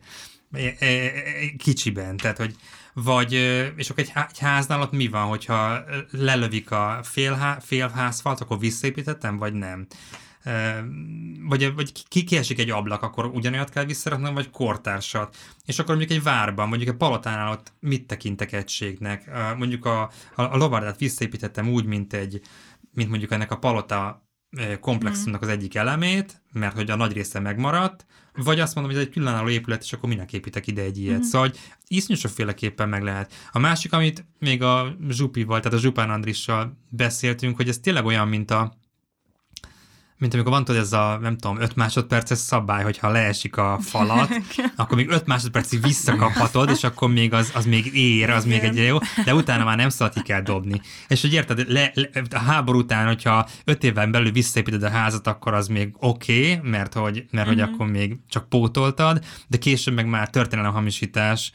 Kicsiben, tehát, hogy vagy, és akkor egy, egy háznál ott mi van, hogyha lelövik a félhá, félházfalt, akkor visszaépítettem, vagy nem? Vagy, vagy ki kiesik egy ablak, akkor ugyanolyat kell visszaraknom, vagy kortársat. És akkor mondjuk egy várban, mondjuk egy palotánál ott mit tekintek egységnek? Mondjuk a, a, a lovardát visszaépítettem úgy, mint egy, mint mondjuk ennek a palota komplexumnak az egyik elemét, mert hogy a nagy része megmaradt, vagy azt mondom, hogy ez egy különálló épület, és akkor minek építek ide egy ilyet. Mm. Szóval, hogy iszonyú sokféleképpen meg lehet. A másik, amit még a Zsupival, tehát a Zsupán Andrissal beszéltünk, hogy ez tényleg olyan, mint a mint amikor van tudod ez a, nem tudom, öt másodperces szabály, hogyha leesik a falat, akkor még öt másodpercig visszakaphatod, és akkor még az, az még ér, az még egy jó, de utána már nem szabad, ki kell dobni. És hogy érted, le, le, a háború után, hogyha öt évvel belül visszaépíted a házat, akkor az még oké, okay, mert, hogy, mert mm-hmm. hogy akkor még csak pótoltad, de később meg már történelemhamisítás.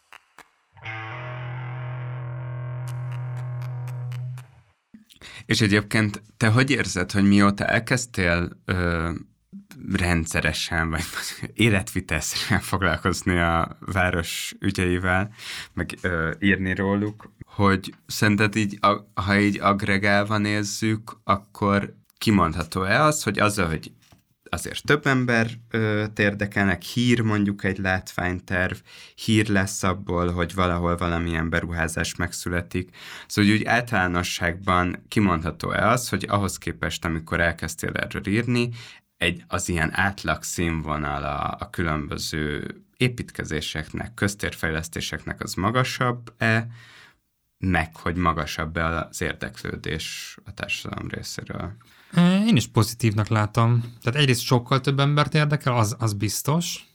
És egyébként te hogy érzed, hogy mióta elkezdtél ö, rendszeresen, vagy életvitelszerűen foglalkozni a város ügyeivel, meg ö, írni róluk, hogy szerinted így, a, ha így agregálva nézzük, akkor kimondható-e az, hogy azzal, hogy azért több embert érdekelnek, hír mondjuk egy látványterv, hír lesz abból, hogy valahol valamilyen beruházás megszületik. Szóval úgy általánosságban kimondható-e az, hogy ahhoz képest, amikor elkezdtél erről írni, egy, az ilyen átlag színvonal a, a különböző építkezéseknek, köztérfejlesztéseknek az magasabb-e, meg hogy magasabb-e az érdeklődés a társadalom részéről? Én is pozitívnak látom. Tehát egyrészt sokkal több embert érdekel, az, az biztos.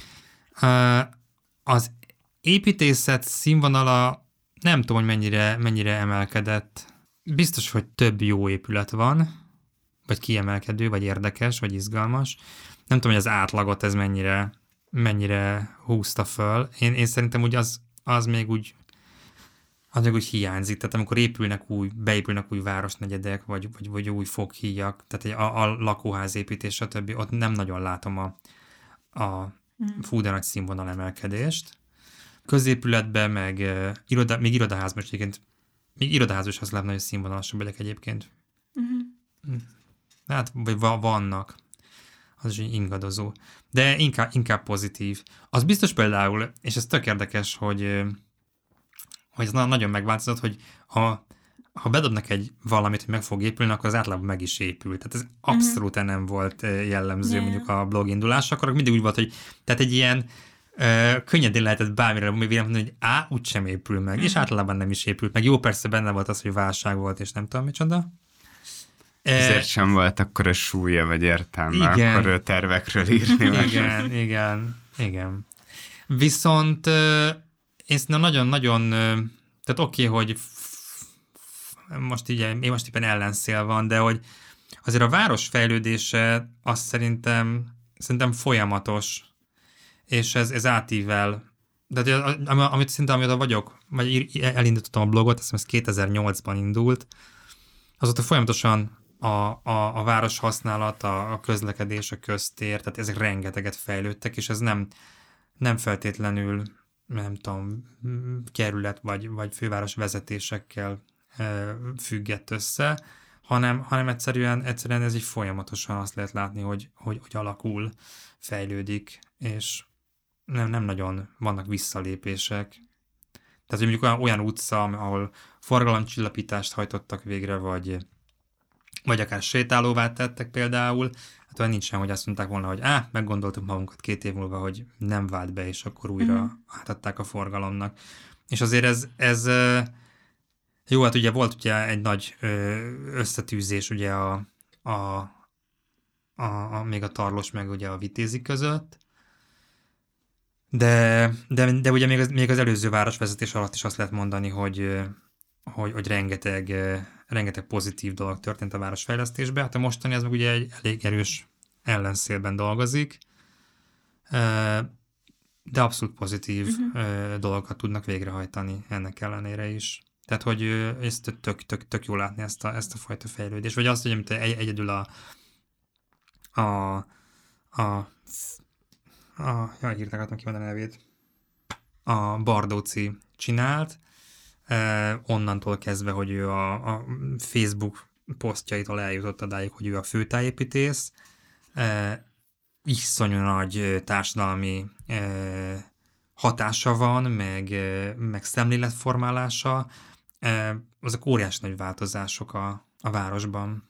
Az építészet színvonala nem tudom, hogy mennyire, mennyire emelkedett. biztos, hogy több jó épület van, vagy kiemelkedő, vagy érdekes, vagy izgalmas. Nem tudom, hogy az átlagot ez mennyire, mennyire húzta föl. Én, én szerintem úgy az, az még úgy az még úgy hiányzik. Tehát amikor épülnek új, beépülnek új városnegyedek, vagy, vagy, vagy új foghíjak, tehát a, a lakóházépítés, stb. Ott nem nagyon látom a, a mm. fú de nagy színvonal emelkedést. Középületben, meg uh, iroda, még irodaházban is egyébként, még irodaházban is az lehetne, hogy színvonalasabb legyek egyébként. Mm-hmm. Hát, vagy vannak. Az is ingadozó. De inkább, inkább pozitív. Az biztos például, és ez tök érdekes, hogy, hogy ez nagyon megváltozott, hogy ha, ha bedobnak egy valamit, hogy meg fog épülni, akkor az általában meg is épül. Tehát ez abszolút mm-hmm. nem volt jellemző yeah. mondjuk a blog indulásakor, mindig úgy volt, hogy tehát egy ilyen Uh, könnyedén lehetett bármire véleményem mondani, hogy á, úgysem épül meg, mm. és általában nem is épült meg. Jó, persze benne volt az, hogy válság volt, és nem tudom micsoda. Ezért sem volt akkor a súlya, vagy értelme, igen. akkor tervekről írni. Igen, igen, igen. Viszont uh, én szerintem nagyon-nagyon, uh, tehát oké, okay, hogy f- f- most így, én most éppen ellenszél van, de hogy azért a város fejlődése azt szerintem, szerintem folyamatos, és ez, ez átível, de amit szinte amióta vagyok, vagy elindítottam a blogot, azt hiszem ez kétezer-nyolcban indult, azóta folyamatosan a, a, a város használat, a, a közlekedés, a köztér, tehát ezek rengeteget fejlődtek, és ez nem, nem feltétlenül, nem tudom, kerület vagy, vagy főváros vezetésekkel e, függett össze, hanem, hanem egyszerűen, egyszerűen ez így folyamatosan azt lehet látni, hogy, hogy, hogy alakul, fejlődik, és Nem, nem nagyon vannak visszalépések. Tehát, hogy mondjuk olyan, olyan utca, ahol forgalomcsillapítást hajtottak végre, vagy, vagy akár sétálóvá tettek például, hát olyan nincsen, hogy azt mondták volna, hogy á, meggondoltuk magunkat két év múlva, hogy nem vált be, és akkor újra mm. átadták a forgalomnak. És azért ez, ez jó, hát ugye volt ugye egy nagy összetűzés ugye a, a, a, a még a Tarlós meg ugye a Vitézi között, De, de, de ugye még az, még az előző városvezetés alatt is azt lehet mondani, hogy, hogy, hogy rengeteg, rengeteg pozitív dolog történt a városfejlesztésben. Hát a mostani ez meg ugye egy elég erős ellenszélben dolgozik, de abszolút pozitív uh-huh. dolgokat tudnak végrehajtani ennek ellenére is. Tehát, hogy ezt tök, tök, tök jól látni ezt a, ezt a fajta fejlődést. Vagy azt, hogy amit egy, egyedül a a, a a, jaj, írták át, ki van a nevét, a Bardóci csinált, eh, onnantól kezdve, hogy ő a, a Facebook posztjaitól eljutott odáig, hogy ő a főtájépítész, eh, iszonyú nagy társadalmi eh, hatása van, meg, eh, meg szemléletformálása, eh, azok óriási nagy változások a, a városban.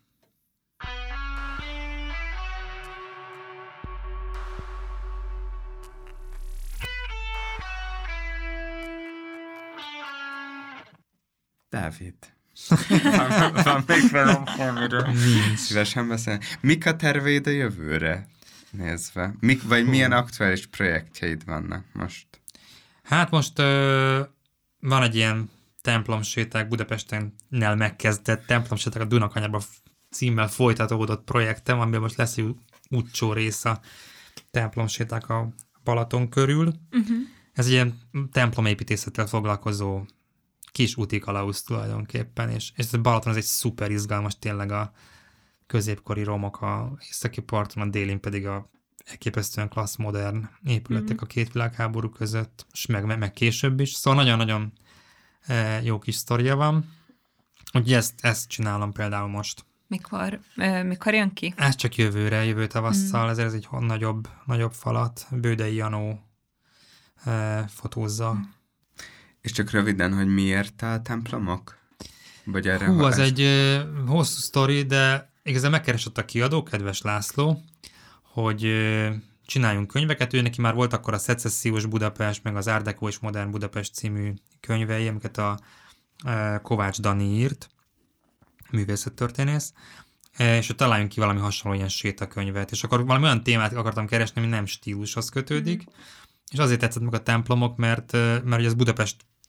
Dávid. van, van még velem amiről szívesen beszél. Mik a terveid a jövőre nézve? Mik, vagy milyen aktuális projektjeid vannak most? Hát most ö, van egy ilyen templomséták Budapestennel megkezdett templomséták a Dunakanyarban címmel folytatódott projektem, amiben most lesz egy útcsó rész a templomséták a Balaton körül. Uh-huh. Ez egy ilyen templomépítészettel foglalkozó kis úti kalausz tulajdonképpen, és, és a Balaton az egy szuper izgalmas, tényleg a középkori romok a északi parton, a délin pedig a elképesztően klassz modern épületek mm. a két világháború között, és meg, meg később is. Szóval nagyon-nagyon e, jó kis sztoria van. Úgyhogy ezt, ezt csinálom például most. Mikor, e, mikor jön ki? Ez csak jövőre, jövő tavasszal, mm. ezért ez egy nagyobb, nagyobb falat. Bődei Janó e, fotózza. Mm. És csak röviden, hogy miért a templomok? Vagy erre Hú, az egy uh, hosszú sztori, de igazán megkeresett a kiadó, kedves László, hogy uh, csináljunk könyveket. Ő neki már volt akkor a Szecessziós Budapest, meg az Art Deco és Modern Budapest című könyvei, amiket a uh, Kovács Dani írt, művészettörténész, uh, és hogy találjunk ki valami hasonló ilyen sétakönyvet. És akkor valami olyan témát akartam keresni, ami nem stílushoz kötődik, mm. és azért tetszett meg a templomok, mert, mert ugye az Budapest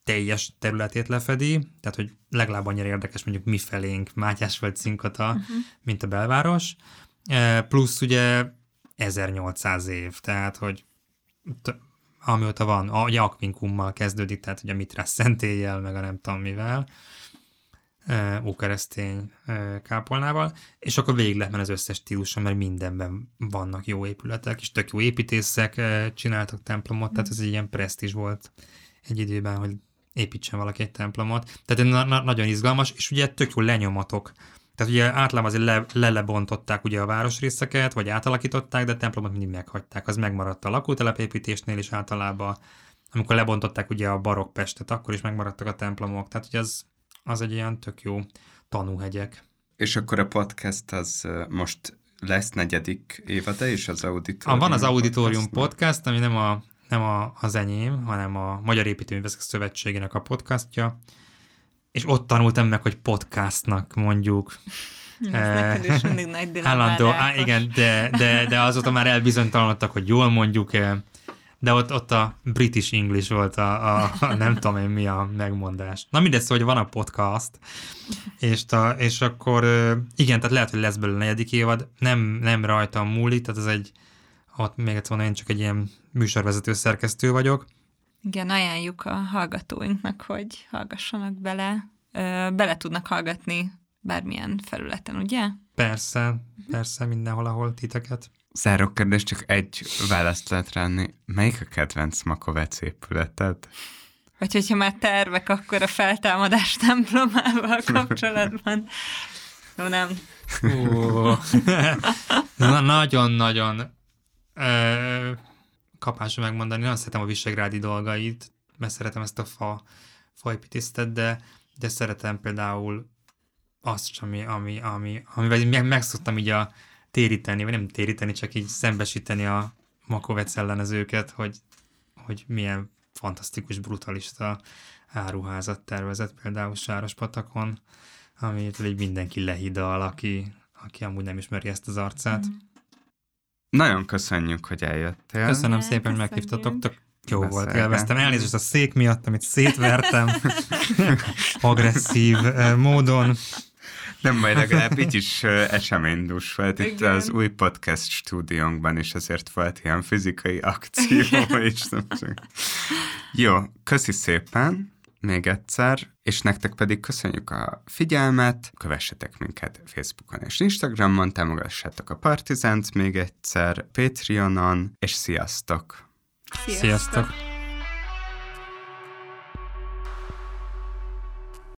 teljes területét lefedi, tehát hogy legalább annyira érdekes mondjuk mi felénk Mátyásföld Cinkota, uh-huh. mint a belváros, plusz ugye ezernyolcszáz év, tehát hogy t- amióta van, ugye Aquincummal kezdődik, tehát ugye a Mitrász szentéllyel, meg a nem tudom mivel, ókeresztény kápolnával, és akkor végig lehet menni az összes stíluson, mert mindenben vannak jó épületek, és tök jó építészek csináltak templomot, tehát ez egy ilyen presztízs volt egy időben, hogy építsen valaki egy templomot. Tehát na- na- nagyon izgalmas, és ugye tök jó lenyomatok. Tehát ugye általában azért le- lelebontották ugye a városrészeket, vagy átalakították, de a templomot mindig meghagyták. Az megmaradt a lakótelepépítésnél is általában. Amikor lebontották ugye a barokk Pestet, akkor is megmaradtak a templomok. Tehát ugye az, az egy ilyen tök jó tanúhegyek. És akkor a podcast az most lesz negyedik évada is az Auditorium? Van az Auditorium podcast, ami nem, a, nem a, az enyém, hanem a Magyar Építőművészek Szövetségének a podcastja. És ott tanultam meg, hogy podcastnak mondjuk. Ez neked is mindig nagy Állandó, á, igen, de, de, de azóta már elbizonytalanodtak, hogy jól mondjuk-e, de ott, ott a British English volt a, a, a nem tudom én mi a megmondás. Na mindegy, szóval, hogy van a podcast, és, ta, és akkor igen, tehát lehet, hogy lesz belőle a negyedik évad, nem, nem rajtam múlik, tehát ez egy, ott még egyszer mondom, én csak egy ilyen műsorvezető szerkesztő vagyok. Igen, ajánljuk a hallgatóinknak, hogy hallgassanak bele. Ö, bele tudnak hallgatni bármilyen felületen, ugye? Persze, persze, mindenhol, ahol titeket. Záró kérdés, csak egy választ lehet ránni. Melyik a kedvenc Makovec épületed? Vagy hogyha már tervek, akkor a feltámadás templomával kapcsolatban. No, nem. Na, nagyon-nagyon ö, kapásra megmondani. Nagyon szeretem a visegrádi dolgait, mert szeretem ezt a fa, faépítészetet, de, de szeretem például azt, ami, ami, ami, amivel meg, meg szoktam így a téríteni, vagy nem téríteni, csak így szembesíteni a Makovec ellenezőket, hogy, hogy milyen fantasztikus, brutalista áruházat tervezett például Sárospatakon, amit így mindenki lehidal, aki, aki amúgy nem ismeri ezt az arcát. Mm. Nagyon köszönjük, hogy eljöttél. Köszönöm Ne, szépen, hogy köszönjük. meghívtatok. Tök jó Beszélve. volt, élveztem. Elnézést a szék miatt, amit szétvertem agresszív eh, módon. Nem, majd legalább így is uh, eseménydús volt. Itt Igen. az új podcast stúdiónkban is azért volt ilyen fizikai akció is. Jó, köszi szépen még egyszer, és nektek pedig köszönjük a figyelmet, kövessetek minket Facebookon és Instagramon, támogassátok a Partizánt még egyszer, Patreonon, és sziasztok! Sziasztok! Sziasztok.